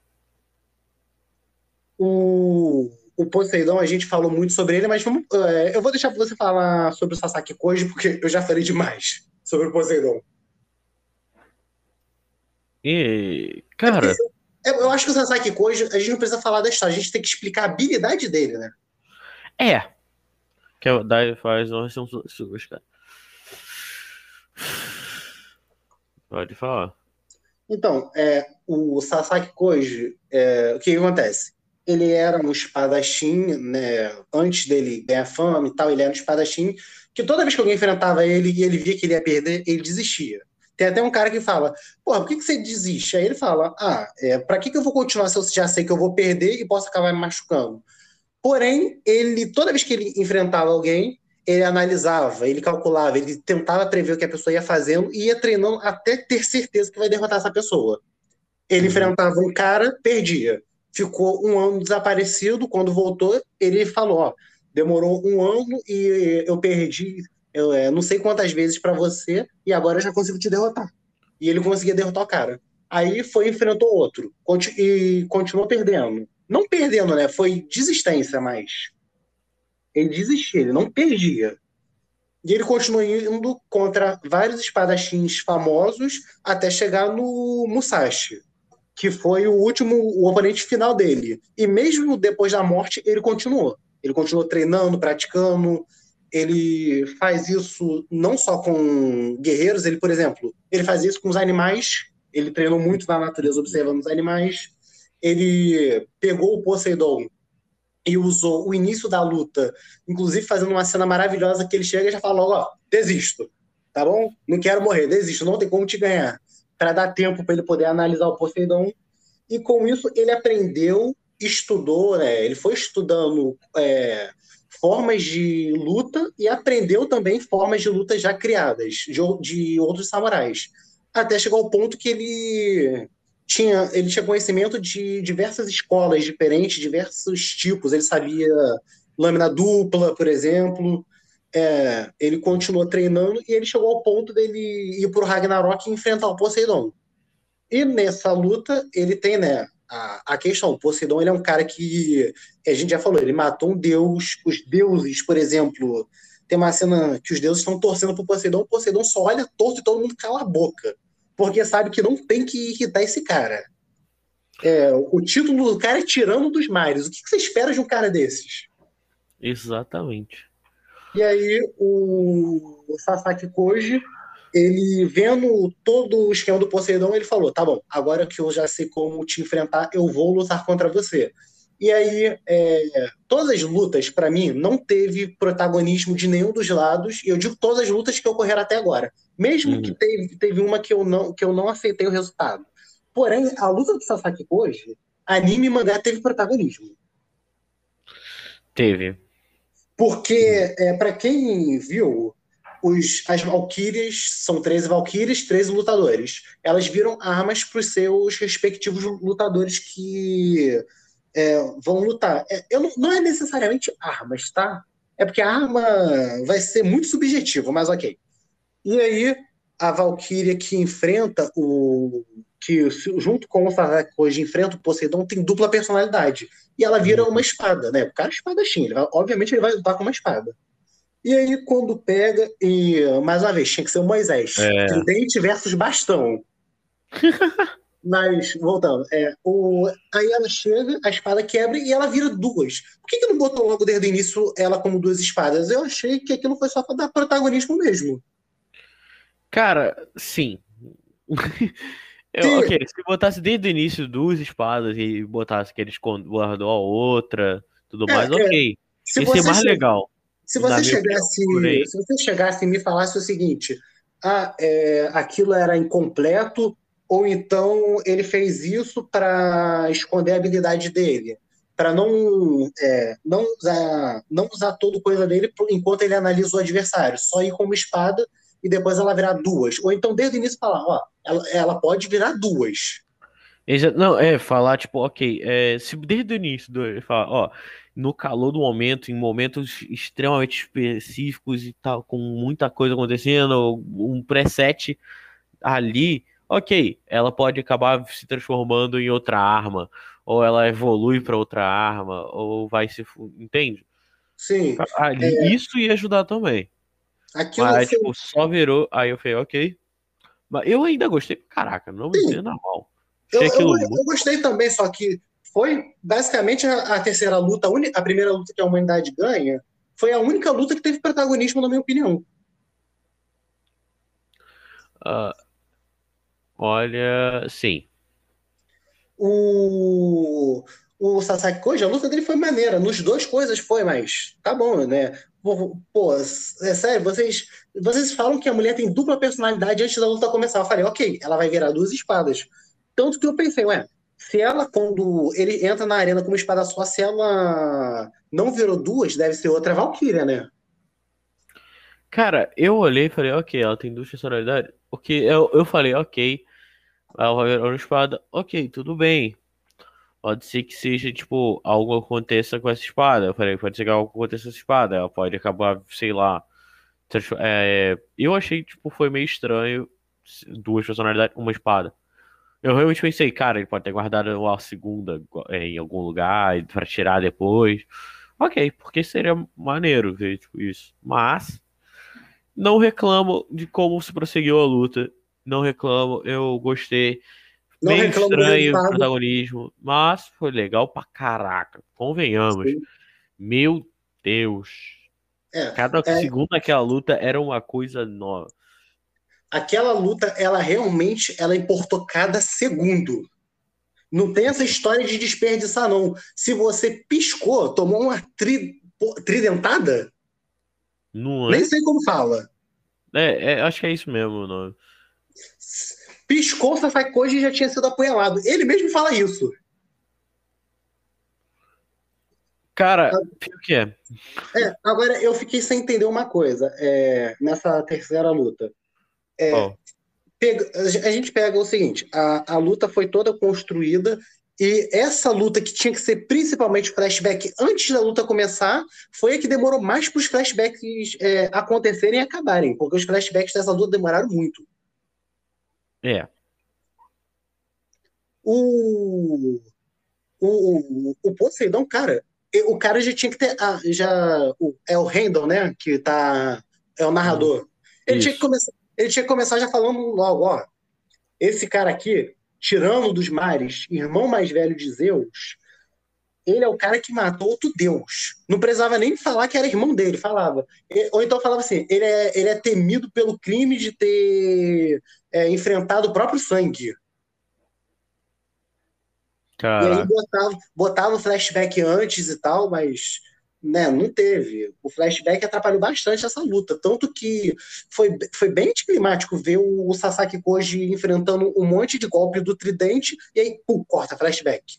O Poseidon, a gente falou muito sobre ele, mas eu vou deixar você falar sobre o Sasaki Koji, porque eu já falei demais sobre o Poseidon. E, cara. Eu acho que o Sasaki Koji, a gente não precisa falar da história, a gente tem que explicar a habilidade dele, né? Que daí faz uma são suas, cara. Pode falar. Então, o Sasaki Koji, o que acontece? Ele era um espadachim, né? Antes dele ganhar fama e tal, ele era um espadachim que toda vez que alguém enfrentava ele e ele via que ele ia perder, ele desistia. Tem até um cara que fala, porra, por que você desiste? Aí ele fala, pra que eu vou continuar se eu já sei que eu vou perder e posso acabar me machucando? Porém, toda vez que ele enfrentava alguém, ele analisava, ele calculava, ele tentava prever o que a pessoa ia fazendo e ia treinando até ter certeza que vai derrotar essa pessoa. Ele enfrentava um cara, perdia. Ficou 1 ano desaparecido, quando voltou, ele falou, demorou 1 ano e eu perdi não sei quantas vezes para você e agora eu já consigo te derrotar. E ele conseguia derrotar o cara. Aí enfrentou outro e continuou perdendo. Não perdendo, né? Foi desistência, mas ele desistia, ele não perdia. E ele continuou indo contra vários espadachins famosos até chegar no Musashi, que foi o oponente final dele. E mesmo depois da morte, ele continuou. Ele continuou treinando, praticando. Ele faz isso não só com guerreiros, ele, por exemplo, ele faz isso com os animais. Ele treinou muito na natureza, observando os animais. Ele pegou o Poseidon e usou o início da luta, inclusive fazendo uma cena maravilhosa que ele chega e já fala logo, desisto, tá bom? Não quero morrer, desisto, não tem como te ganhar. Para dar tempo para ele poder analisar o Poseidon. E com isso ele aprendeu, estudou, né? Ele foi estudando formas de luta e aprendeu também formas de luta já criadas de outros samurais. Até chegar ao ponto que ele tinha conhecimento de diversas escolas diferentes, diversos tipos. Ele sabia lâmina dupla, por exemplo. Ele continuou treinando e ele chegou ao ponto dele ir para o Ragnarok e enfrentar o Poseidon. E nessa luta, ele tem, né, a questão. O Poseidon, ele é um cara que, a gente já falou, ele matou um deus. Os deuses, por exemplo, tem uma cena que os deuses estão torcendo pro Poseidon, o Poseidon só olha torto e todo mundo cala a boca, porque sabe que não tem que irritar esse cara. O título do cara é Tirano dos Mares. O que você espera de um cara desses? Exatamente. E aí o Sasaki Koji, ele vendo todo o esquema do Poseidon, ele falou, tá bom, agora que eu já sei como te enfrentar, eu vou lutar contra você. E aí, todas as lutas, para mim, não teve protagonismo de nenhum dos lados, e eu digo todas as lutas que ocorreram até agora. Mesmo que teve uma que eu não aceitei o resultado. Porém, a luta do Sasaki Koji, anime e mangá teve protagonismo. Teve. Porque, para quem viu, as Valkyrias são 13 Valkyrias, 13 lutadores. Elas viram armas para os seus respectivos lutadores que vão lutar. Não é necessariamente armas, tá? É porque a arma vai ser muito subjetiva, mas ok. E aí, a Valkyria que enfrenta que junto com o Sasaki hoje enfrenta o Poseidon tem dupla personalidade. E ela vira uma espada, né? O cara é espadachim, obviamente ele vai lutar com uma espada. E aí, quando pega, e mais uma vez, tinha que ser o Moisés. Tridente versus bastão. Mas, voltando, aí ela chega, a espada quebra e ela vira duas. Por que não botou logo desde o início ela como duas espadas? Eu achei que aquilo foi só pra dar protagonismo mesmo. Cara, sim. Ok, se botasse desde o início duas espadas e botasse que eles guardou a outra, tudo mais, ok. Isso é mais legal. Se você chegasse e me falasse o seguinte, aquilo era incompleto, ou então ele fez isso para esconder a habilidade dele, para não usar toda coisa dele enquanto ele analisa o adversário, só ir com uma espada e depois ela virar duas. Ou então, desde o início, falar, ó, ela pode virar duas. Não, falar, tipo, ok, se desde o início, falar, ó, no calor do momento, em momentos extremamente específicos e tal, com muita coisa acontecendo, um preset ali, ok, ela pode acabar se transformando em outra arma, ou ela evolui para outra arma, ou vai se... Entende? Sim. Ali, isso ia ajudar também. Mas, tipo, só virou, aí eu falei, ok. Mas eu ainda gostei, caraca, não me entenda mal. Eu gostei também, só que foi basicamente a terceira luta, a primeira luta que a humanidade ganha, foi a única luta que teve protagonismo, na minha opinião. Olha, sim. O Sasaki Koji, a luta dele foi maneira. Nos dois coisas foi, mas tá bom, né? Pô, é sério, vocês falam que a mulher tem dupla personalidade antes da luta começar. Eu falei, ok, ela vai virar duas espadas. Tanto que eu pensei, se ela, quando ele entra na arena com uma espada só, se ela não virou duas, deve ser outra Valkyria, né? Cara, eu olhei e falei, ok, ela tem duas personalidades. Porque eu falei, ok, ela vai virar uma espada, ok, tudo bem. Pode ser que seja, tipo, algo aconteça com essa espada. Eu falei, pode ser que algo aconteça com essa espada. Ela pode acabar, sei lá. Eu achei, tipo, foi meio estranho. Duas personalidades, uma espada. Eu realmente pensei, cara, ele pode ter guardado a segunda em algum lugar pra tirar depois. Ok, porque seria maneiro ver, tipo, isso. Mas, não reclamo de como se prosseguiu a luta. Não reclamo, eu gostei. Não Meio reclamo do estranho o resultado. protagonismo, mas foi legal pra caraca. Convenhamos. Sim. Meu Deus. Cada segundo daquela luta era uma coisa nova. Aquela luta, ela realmente importou cada segundo. Não tem essa história de desperdiçar, não. Se você piscou, tomou uma tridentada, Não nem é? sei como fala. Acho que é isso mesmo o nome. Piscou, Sasaki Koji já tinha sido apunhalado. Ele mesmo fala isso. Cara, o que é? Agora, eu fiquei sem entender uma coisa nessa terceira luta. A gente pega o seguinte, a luta foi toda construída e essa luta que tinha que ser principalmente flashback antes da luta começar, foi a que demorou mais para os flashbacks acontecerem e acabarem, porque os flashbacks dessa luta demoraram muito. O Poseidon, cara, o cara já tinha que ter. É o Randall, né? Que tá. É o narrador. Ele tinha que começar já falando logo, ó. Esse cara aqui, tirano dos mares, irmão mais velho de Zeus, ele é o cara que matou outro deus. Não precisava nem falar que era irmão dele, falava. Ou então falava assim, ele é temido pelo crime de ter enfrentado o próprio sangue. E aí Caraca. botava o flashback antes e tal, mas né, não teve. O flashback atrapalhou bastante essa luta. Tanto que foi bem anticlimático ver o Sasaki Koji enfrentando um monte de golpe do tridente e aí, pum, corta flashback.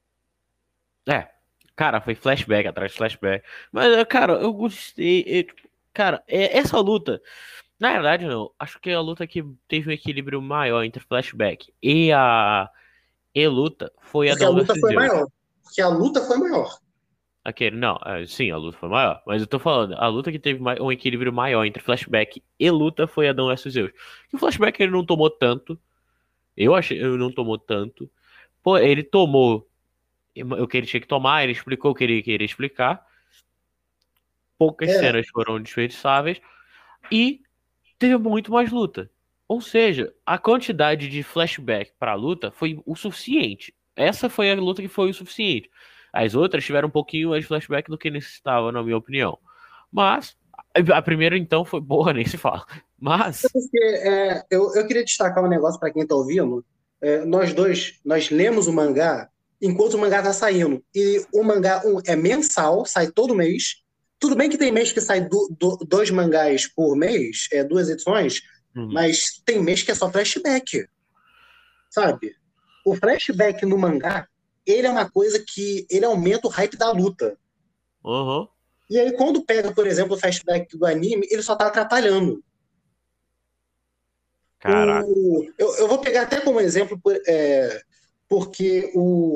Cara, foi flashback atrás de flashback. Mas, cara, eu gostei. Cara, essa luta. Na verdade, não. Acho que a luta que teve um equilíbrio maior entre flashback e luta foi a Porque a Dawn luta vs foi Zeus. maior. Porque a luta foi maior. Aquele, não, sim, a luta foi maior. Mas eu tô falando, a luta que teve um equilíbrio maior entre flashback e luta foi a Dawn vs Zeus. E o flashback ele não tomou tanto. Eu achei, ele não tomou tanto. Pô, ele tomou o que ele tinha que tomar, ele explicou o que ele queria explicar. Poucas É, cenas foram desperdiçáveis e teve muito mais luta. Ou seja, a quantidade de flashback pra luta foi o suficiente. Essa foi a luta que foi o suficiente. As outras tiveram um pouquinho mais de flashback do que necessitava, na minha opinião. Mas a primeira então foi boa, nem se fala. Mas porque eu queria destacar um negócio para quem está ouvindo. Nós dois, nós lemos o mangá enquanto o mangá está saindo. E o mangá é mensal, sai todo mês. Tudo bem que tem mês que sai dois mangás por mês, duas edições, uhum, mas tem mês que é só flashback, sabe? O flashback no mangá, ele é uma coisa que ele aumenta o hype da luta. uhum, E aí, quando pega, por exemplo, o flashback do anime, ele só tá atrapalhando. caraca. Eu vou pegar até como exemplo, porque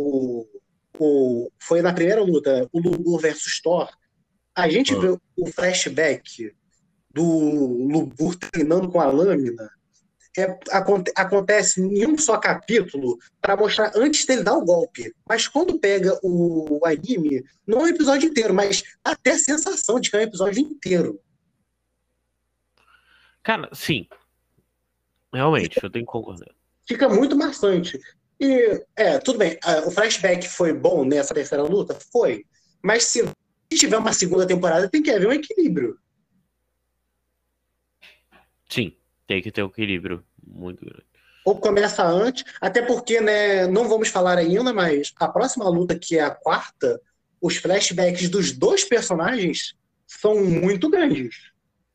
foi na primeira luta, o Lubu versus Thor, a gente vê Uhum. o flashback do Lubu treinando com a lâmina, acontece em um só capítulo para mostrar antes dele dar o golpe. Mas quando pega o anime, não é um episódio inteiro, mas até a sensação de que é um episódio inteiro. Cara, sim, realmente, eu tenho que concordar. Fica muito maçante. E, tudo bem, o flashback foi bom nessa terceira luta? Foi. Mas se tiver uma segunda temporada, tem que haver um equilíbrio. Sim, tem que ter um equilíbrio muito grande. Ou começa antes, até porque, né, não vamos falar ainda, mas a próxima luta, que é a quarta, os flashbacks dos dois personagens são muito grandes.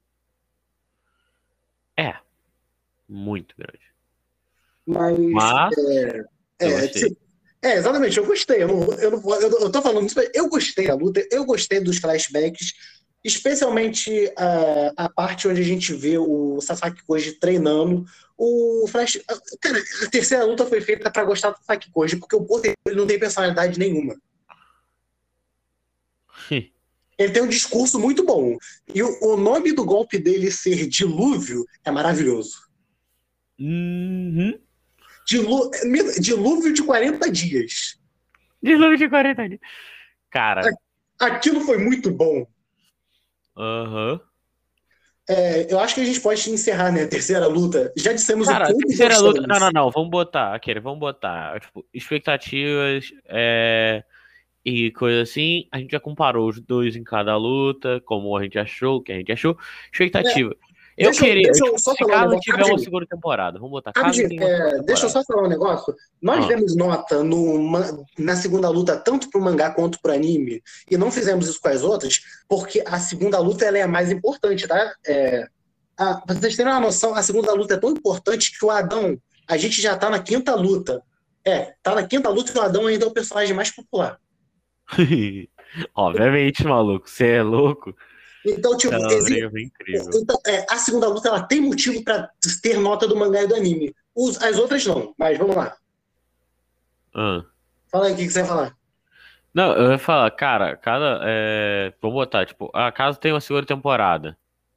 É, muito grande. Mas, Mas eu gostei. tipo, exatamente, eu gostei. Eu tô falando isso, mas eu gostei da luta, eu gostei dos flashbacks, especialmente a parte onde a gente vê o Sasaki Koji treinando. Cara, a terceira luta foi feita pra gostar do Sasaki Koji, porque o poder dele não tem personalidade nenhuma. Ele tem um discurso muito bom. E o nome do golpe dele ser Dilúvio é maravilhoso. Uhum. Dilúvio de 40 dias. Dilúvio de 40 dias. Cara, Aquilo foi muito bom. aham. Eu acho que a gente pode encerrar, né? A terceira luta. Já dissemos o Cara, a quanto terceira luta. Não, gostamos. não, não. Vamos botar, aquele, vamos botar. Tipo, expectativas e coisa assim. A gente já comparou os dois em cada luta, como a gente achou, o que a gente achou. Expectativa. Eu queria, Deixa eu tipo, só se falar um caso negócio tiver uma rapidinho. segunda temporada, vamos botar, caso Rapidinho, tenha uma segunda deixa eu temporada. só falar um negócio. Nós demos nota na segunda luta, tanto pro mangá quanto pro anime, e não fizemos isso com as outras, porque a segunda luta ela é a mais importante, tá? Pra vocês terem uma noção, a segunda luta é tão importante que o Adão, a gente já tá na quinta luta. Tá na quinta luta e o Adão ainda é o personagem mais popular. Obviamente, maluco, você é louco. Então, tipo, Ela briga foi incrível. então, a segunda luta ela tem motivo pra ter nota do mangá e do anime. As outras não, mas vamos lá. Ah. Fala aí o que você vai falar. Não, eu ia falar, cara, vamos botar, tipo, caso tenha uma segunda temporada.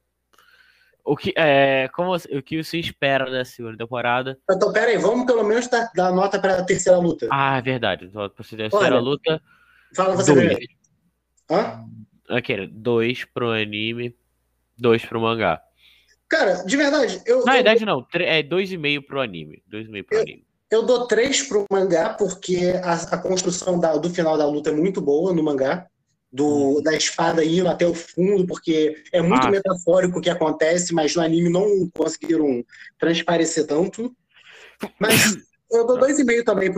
O que você espera da segunda temporada? Então, pera aí, vamos pelo menos dar nota para a terceira luta. Ah, é verdade. Então, pra você ter a terceira Olha, luta, fala você 2. primeiro. Hã? Aquele, 2 pro anime, 2 pro mangá. Cara, de verdade, Na verdade, não. É 2,5 pro anime. 2,5 pro anime. Eu dou 3 pro mangá, porque a construção do final da luta é muito boa no mangá. Da espada indo até o fundo, porque é muito metafórico o que acontece, mas no anime não conseguiram transparecer tanto. Mas eu dou 2,5 também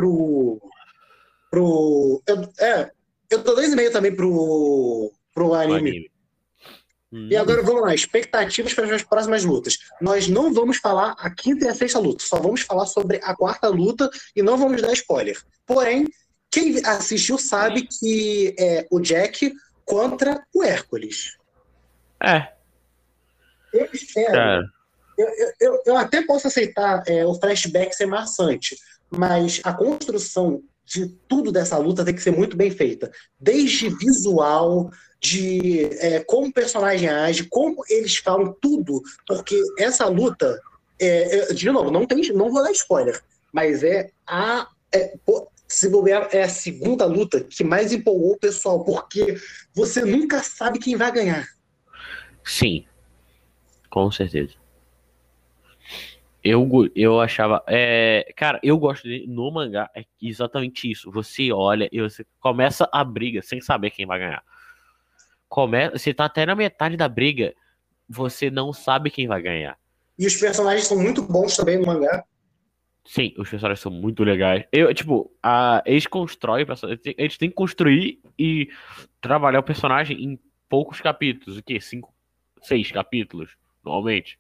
eu dou 2,5 também pro anime. E agora vamos lá, expectativas para as próximas lutas. Nós não vamos falar a quinta e a sexta luta, só vamos falar sobre a quarta luta e não vamos dar spoiler. Porém, quem assistiu sabe que é o Jack contra o Hércules. Eu espero. Eu até posso aceitar o flashback ser maçante, mas a construção de tudo dessa luta tem que ser muito bem feita. Desde visual, de como o personagem age, como eles falam, tudo. Porque essa luta, de novo, não vou dar spoiler, mas se bobear, é a segunda luta que mais empolgou o pessoal, porque você nunca sabe quem vai ganhar. Sim, com certeza. Eu achava. Cara, eu gosto no mangá, é exatamente isso. Você olha e você começa a briga sem saber quem vai ganhar. Você tá até na metade da briga, você não sabe quem vai ganhar. E os personagens são muito bons também no mangá. Sim, os personagens são muito legais. Eles constroem, eles têm que construir e trabalhar o personagem em poucos capítulos. O quê? 5, 6 capítulos, normalmente.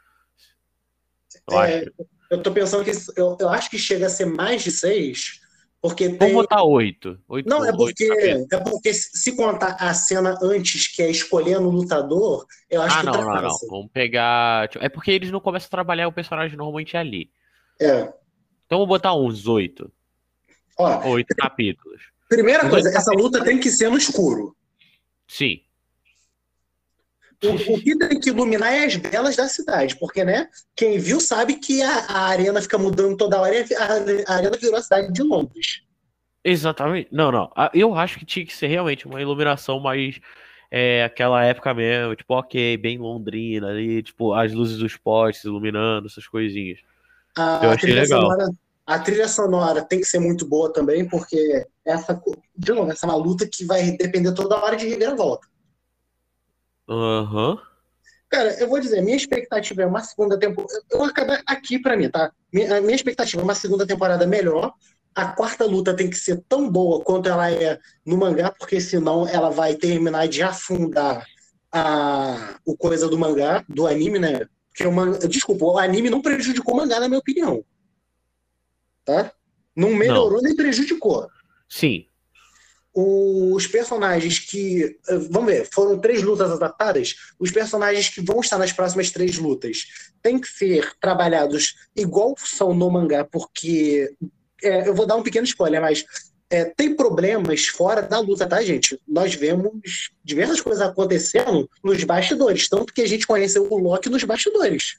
Eu tô pensando que eu acho que chega a ser mais de 6, porque Vamos botar 8. Não, é porque se contar a cena antes, que é escolhendo o lutador, eu acho que não. ultrapassa. Vamos pegar. É porque eles não começam a trabalhar o personagem normalmente ali. Então vou botar uns 8. 8 capítulos. Primeira coisa, essa luta tem que ser no escuro. Sim. O que tem que iluminar é as velas da cidade, porque, né, quem viu sabe que a arena fica mudando toda hora e a arena virou a cidade de Londres. Exatamente. Não. Eu acho que tinha que ser realmente uma iluminação mais aquela época mesmo, tipo, bem Londrina ali, tipo, as luzes dos postes iluminando, essas coisinhas. Eu achei legal. A trilha sonora tem que ser muito boa também, porque essa é uma luta que vai depender toda hora de reviravolta. Cara, eu vou dizer, minha expectativa é uma segunda temporada. Eu vou acabar aqui pra mim, tá? Minha expectativa é uma segunda temporada melhor. A quarta luta tem que ser tão boa quanto ela é no mangá, porque senão ela vai terminar de afundar o coisa do mangá, do anime, né? Porque desculpa, o anime não prejudicou o mangá, na minha opinião. Tá? Não melhorou nem prejudicou. Sim. Os personagens que... Vamos ver, foram 3 lutas adaptadas. Os personagens que vão estar nas próximas 3 lutas têm que ser trabalhados igual são no mangá, porque... eu vou dar um pequeno spoiler, mas tem problemas fora da luta, tá, gente? Nós vemos diversas coisas acontecendo nos bastidores, tanto que a gente conheceu o Loki nos bastidores.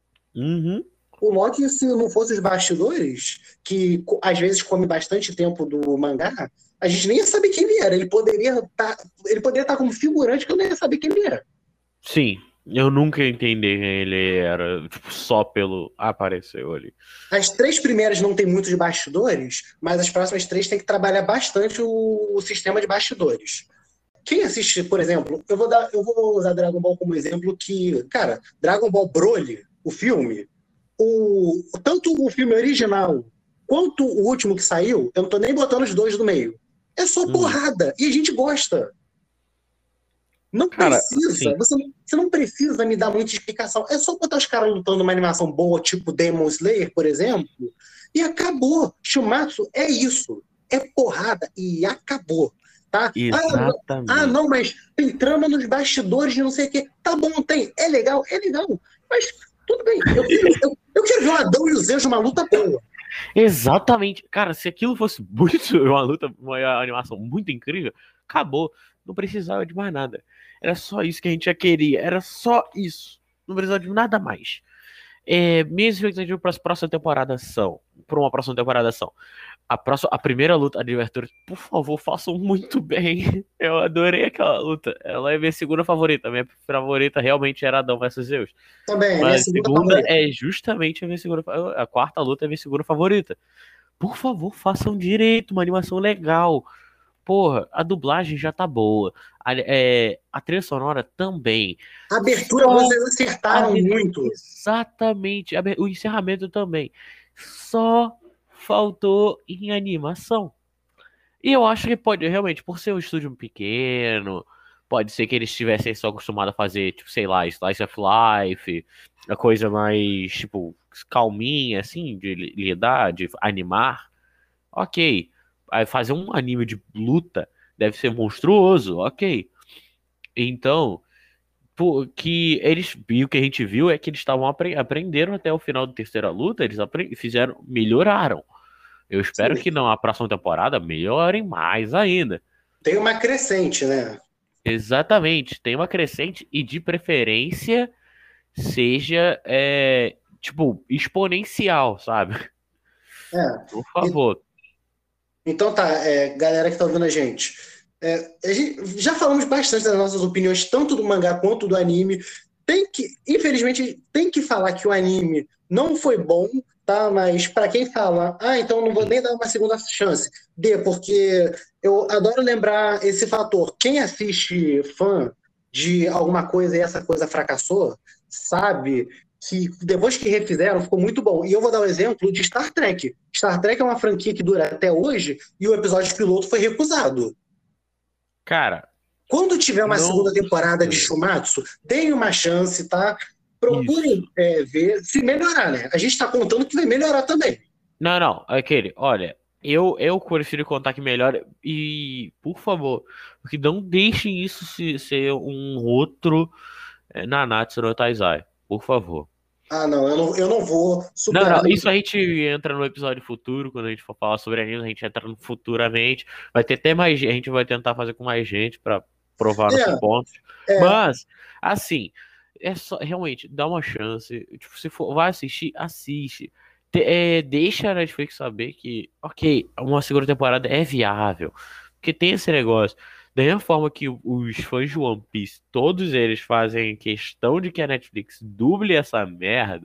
O Loki, se não fosse os bastidores, que às vezes come bastante tempo do mangá, a gente nem ia saber quem ele era. Ele poderia estar como figurante, que eu nem ia saber quem ele era. Sim, eu nunca entendi quem ele era, tipo, só pelo apareceu ali. As 3 primeiras não tem muitos bastidores, mas as próximas 3 tem que trabalhar bastante o sistema de bastidores. Quem assiste, por exemplo, eu vou usar Dragon Ball como exemplo que, cara, Dragon Ball Broly, o filme, tanto o filme original quanto o último que saiu, eu não tô nem botando os 2 no meio. É só porrada, e a gente gosta. Não precisa, você não precisa me dar muita explicação. É só botar os caras lutando uma animação boa, tipo Demon Slayer, por exemplo, e acabou. Shumatsu é isso. É porrada e acabou. Tá? Exatamente. Não, mas tem trama nos bastidores de não sei o quê. Tá bom, tem. É legal. Mas tudo bem. Eu quero ver o Adão e o Zeus numa luta boa. Exatamente. Cara, se aquilo fosse muito uma animação muito incrível, acabou. Não precisava de mais nada. Era só isso que a gente já queria. Era só isso. Não precisava de nada mais. Minhas expectativas para uma próxima temporada são A primeira luta de abertura, por favor, façam muito bem. Eu adorei aquela luta. Ela é minha segunda favorita. Minha favorita realmente era Adão versus Zeus. Também, é minha Mas a segunda segunda favorita. é justamente a minha segunda. A quarta luta é a minha segunda favorita. Por favor, façam direito, uma animação legal. Porra, a dublagem já tá boa. A trilha sonora também. A abertura Só vocês acertaram muito. Exatamente. O encerramento também. Só faltou em animação. E eu acho que pode, realmente, por ser um estúdio pequeno, pode ser que eles estivessem só acostumados a fazer, tipo, sei lá, Slice of Life, a coisa mais, tipo, calminha, assim, de lidar, de animar. Ok. Aí fazer um anime de luta deve ser monstruoso, ok. Então, que eles, e o que a gente viu é que eles estavam aprenderam até o final da terceira luta, eles fizeram, melhoraram. Eu espero Sim. que não a próxima temporada melhorem mais ainda. Tem uma crescente, né? Exatamente, tem uma crescente e de preferência seja tipo exponencial, sabe? É. Por favor. Então tá, galera que tá ouvindo a gente. Já falamos bastante das nossas opiniões, tanto do mangá quanto do anime. Infelizmente, tem que falar que o anime não foi bom, tá? Mas para quem fala, então não vou nem dar uma segunda chance, porque eu adoro lembrar esse fator. Quem assiste fã de alguma coisa e essa coisa fracassou, sabe que depois que refizeram ficou muito bom. E eu vou dar o exemplo de Star Trek. Star Trek é uma franquia que dura até hoje e o episódio piloto foi recusado. Cara, quando tiver uma não segunda temporada de sei. Shumatsu, deem uma chance, tá? Procurem ver se melhorar, né? A gente tá contando que vai melhorar também. Não, aquele, olha, eu prefiro contar que melhora e, por favor, porque não deixem isso ser um outro Nanatsu no Taizai, por favor. Não, eu não vou superar. Não, isso a gente entra no episódio futuro, quando a gente for falar sobre anime, a gente entra no futuramente. Vai ter até mais, a gente vai tentar fazer com mais gente pra provar nossos pontos. Mas, assim, é só realmente dá uma chance. Tipo, se for, vai assistir, assiste. Deixa a Netflix saber que, ok, uma segunda temporada é viável. Porque tem esse negócio. Da mesma forma que os fãs de One Piece, todos eles fazem questão de que a Netflix duble essa merda.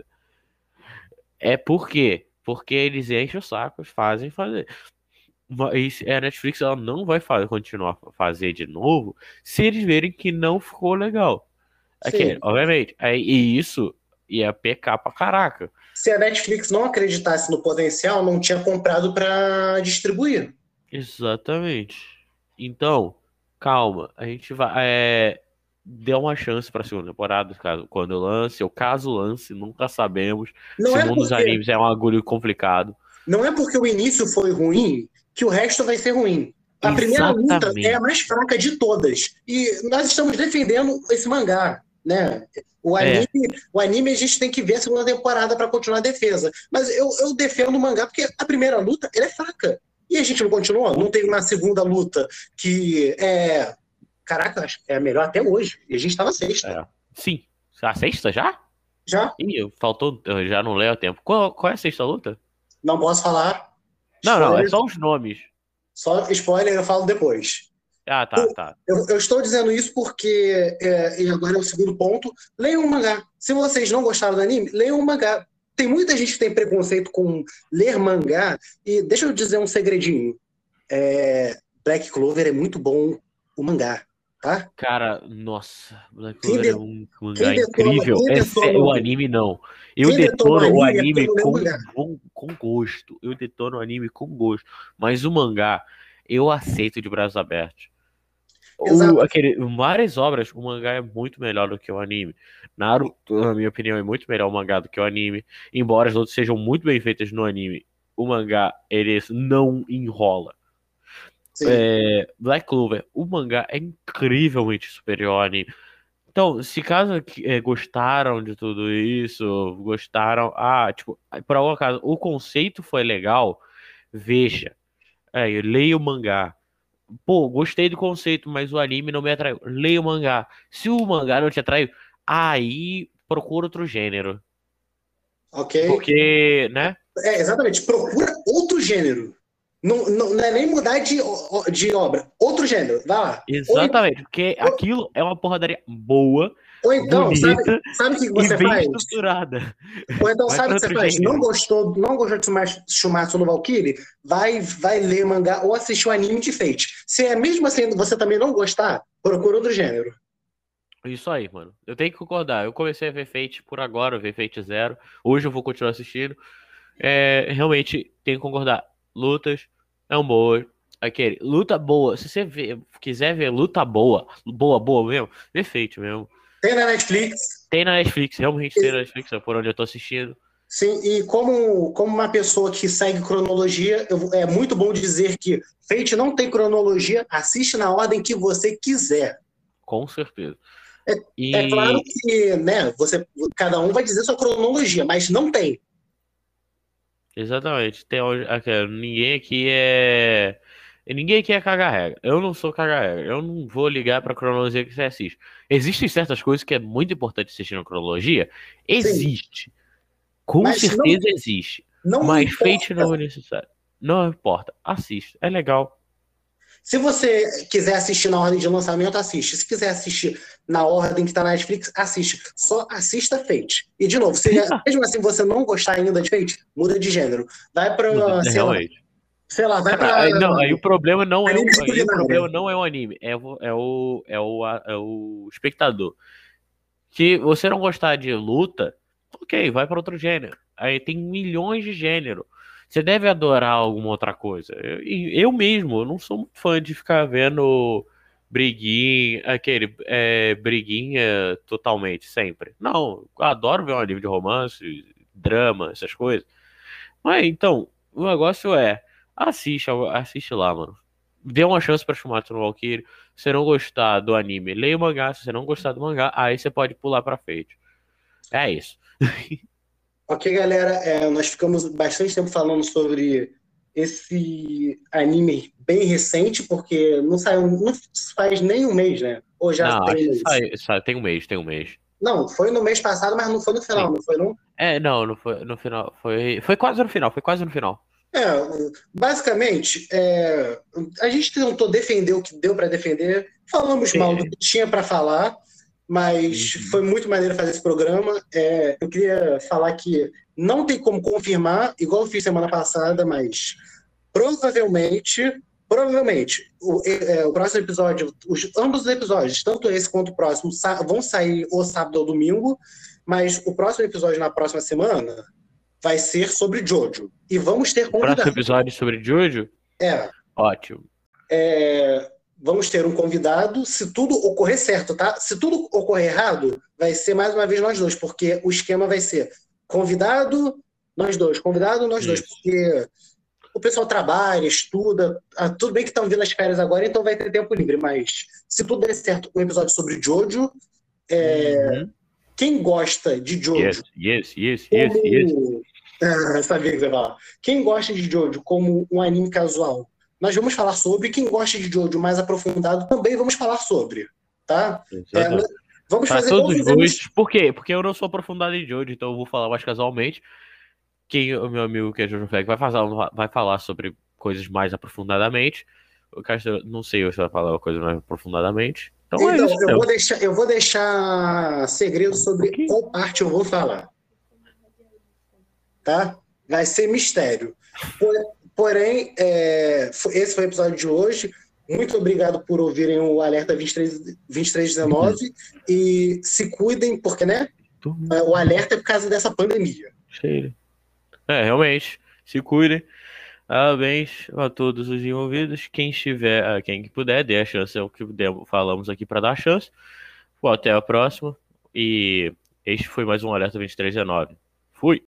É por quê? Porque eles enchem o saco, fazem fazer. Mas a Netflix ela não vai continuar a fazer de novo se eles verem que não ficou legal. Sim. Obviamente. E isso ia pecar pra caraca. Se a Netflix não acreditasse no potencial, não tinha comprado para distribuir. Exatamente. Então, calma. A gente vai. Dê uma chance pra segunda temporada, quando lance, ou caso lance, nunca sabemos. Esse mundo dos animes é um agulho complicado. Não é porque o início foi ruim que o resto vai ser ruim. A primeira luta é a mais fraca de todas. E nós estamos defendendo esse mangá, né? O anime a gente tem que ver a segunda temporada para continuar a defesa. Mas eu defendo o mangá porque a primeira luta ela é fraca. E a gente não continuou? Não teve uma segunda luta que é... Caraca, acho que é a melhor até hoje. E a gente estava sexta. Sim. A sexta já? Já. Ih, faltou, eu já não leio a tempo. Qual é a sexta luta? Não posso falar. Não, é só os nomes. Só spoiler, eu falo depois. Tá. Eu estou dizendo isso porque, e agora é o segundo ponto, leiam um mangá. Se vocês não gostaram do anime, leiam um mangá. Tem muita gente que tem preconceito com ler mangá, e deixa eu dizer um segredinho. Black Clover é muito bom o mangá, tá? Cara, nossa, Black Clover é um mangá incrível. O anime não. Eu detono o anime com gosto. Eu detono o anime com gosto. Mas o mangá, eu aceito de braços abertos. Várias obras, o mangá é muito melhor do que o anime. Naruto, na minha opinião, é muito melhor o mangá do que o anime. Embora as outras sejam muito bem feitas no anime, o mangá, ele não enrola. Black Clover, o mangá é incrivelmente superior ao anime. Então, se caso gostaram de tudo isso, gostaram, tipo, por algum caso, o conceito foi legal, veja, leia o mangá. Pô, gostei do conceito, mas o anime não me atraiu. Leia o mangá. Se o mangá não te atraiu, aí procura outro gênero. Ok. Porque, né? Exatamente. Procura outro gênero. Não é nem mudar de obra. Outro gênero, vai lá. Exatamente, porque aquilo é uma porradaria boa, ou então, bonita, sabe o que você bem faz? estruturada. Ou então, sabe o que você faz? Não gostou de Shumatsu no Valkyrie? Vai ler mangá ou assistir o anime de Fate. Se é mesmo assim você também não gostar, procura outro gênero. Isso aí, mano. Eu tenho que concordar. Eu comecei a ver Fate por agora, ver Fate Zero. Hoje eu vou continuar assistindo. Realmente, tenho que concordar. Lutas são boas. Aquele, luta boa. Se você quiser ver luta boa mesmo, vê Fate mesmo. Tem na Netflix. Tem na Netflix, realmente tem na Netflix, é por onde eu tô assistindo. Sim, e como uma pessoa que segue cronologia, é muito bom dizer que Fate não tem cronologia, assiste na ordem que você quiser. Com certeza. É claro que, né, cada um vai dizer sua cronologia, mas não tem. Exatamente. Ninguém aqui é caga-regra. Eu não sou caga-regra. Eu não vou ligar pra cronologia que você assiste. Existem certas coisas que é muito importante assistir na cronologia? Existe. Sim. Com mas certeza existe. Mas Fate não é necessário. Não importa. Assiste. É legal. Se você quiser assistir na ordem de lançamento, assiste. Se quiser assistir na ordem que tá na Netflix, assiste. Só assista Fate. E, de novo, mesmo assim você não gostar ainda de Fate, muda de gênero. Vai pra, sei lá, vai pra... Não, aí o problema não é o problema não é o anime, é o espectador. Se você não gostar de luta, ok, vai para outro gênero. Aí tem milhões de gêneros. Você deve adorar alguma outra coisa. Eu mesmo, eu não sou muito fã de ficar vendo briguinha totalmente, sempre. Não, eu adoro ver um anime de romance, drama, essas coisas. Mas então, o negócio assiste lá, mano. Dê uma chance pra Shumatsu no Valkyrie. Se você não gostar do anime, leia o mangá. Se você não gostar do mangá, aí você pode pular pra Fate. É isso. Ok, galera, nós ficamos bastante tempo falando sobre esse anime bem recente, porque não faz nem um mês, né? Ou já não, tem um mês? Tem um mês. Não, foi no mês passado, mas não foi no final, Sim. Não foi não? Não foi no final. Foi quase no final. Basicamente, a gente tentou defender o que deu para defender, falamos mal do que tinha para falar, mas foi muito maneiro fazer esse programa. Eu queria falar que não tem como confirmar, igual eu fiz semana passada, mas provavelmente o próximo episódio, ambos os episódios, tanto esse quanto o próximo, vão sair ou sábado ou domingo, mas o próximo episódio na próxima semana vai ser sobre Jojo. E vamos ter convidado. Próximo episódio sobre Jojo? Ótimo. Vamos ter um convidado, se tudo ocorrer certo, tá? Se tudo ocorrer errado, vai ser mais uma vez nós dois, porque o esquema vai ser convidado, nós dois, porque o pessoal trabalha, estuda, tudo bem que estão vindo as férias agora, então vai ter tempo livre, mas se tudo der certo, um episódio sobre Jojo, quem gosta de Jojo... Yes. Sabia que você ia falar. Quem gosta de Jojo como um anime casual, nós vamos falar sobre. Quem gosta de Jojo mais aprofundado, também vamos falar sobre, tá? Vamos fazer todos os gostos. Por quê? Porque eu não sou aprofundado em Jojo, então eu vou falar mais casualmente. O meu amigo que é Jojo Flag vai falar sobre coisas mais aprofundadamente. O Castro, não sei se vai falar uma coisa mais aprofundadamente. Então eu vou deixar segredo sobre qual parte eu vou falar. Tá? Vai ser mistério. Porém, esse foi o episódio de hoje. Muito obrigado por ouvirem o Alerta 2319 e se cuidem, porque, né? O alerta é por causa dessa pandemia. Realmente. Se cuidem. Parabéns a todos os envolvidos. Quem puder, dê a chance. É o que falamos aqui para dar a chance. Até a próxima. E este foi mais um Alerta 2319. Fui!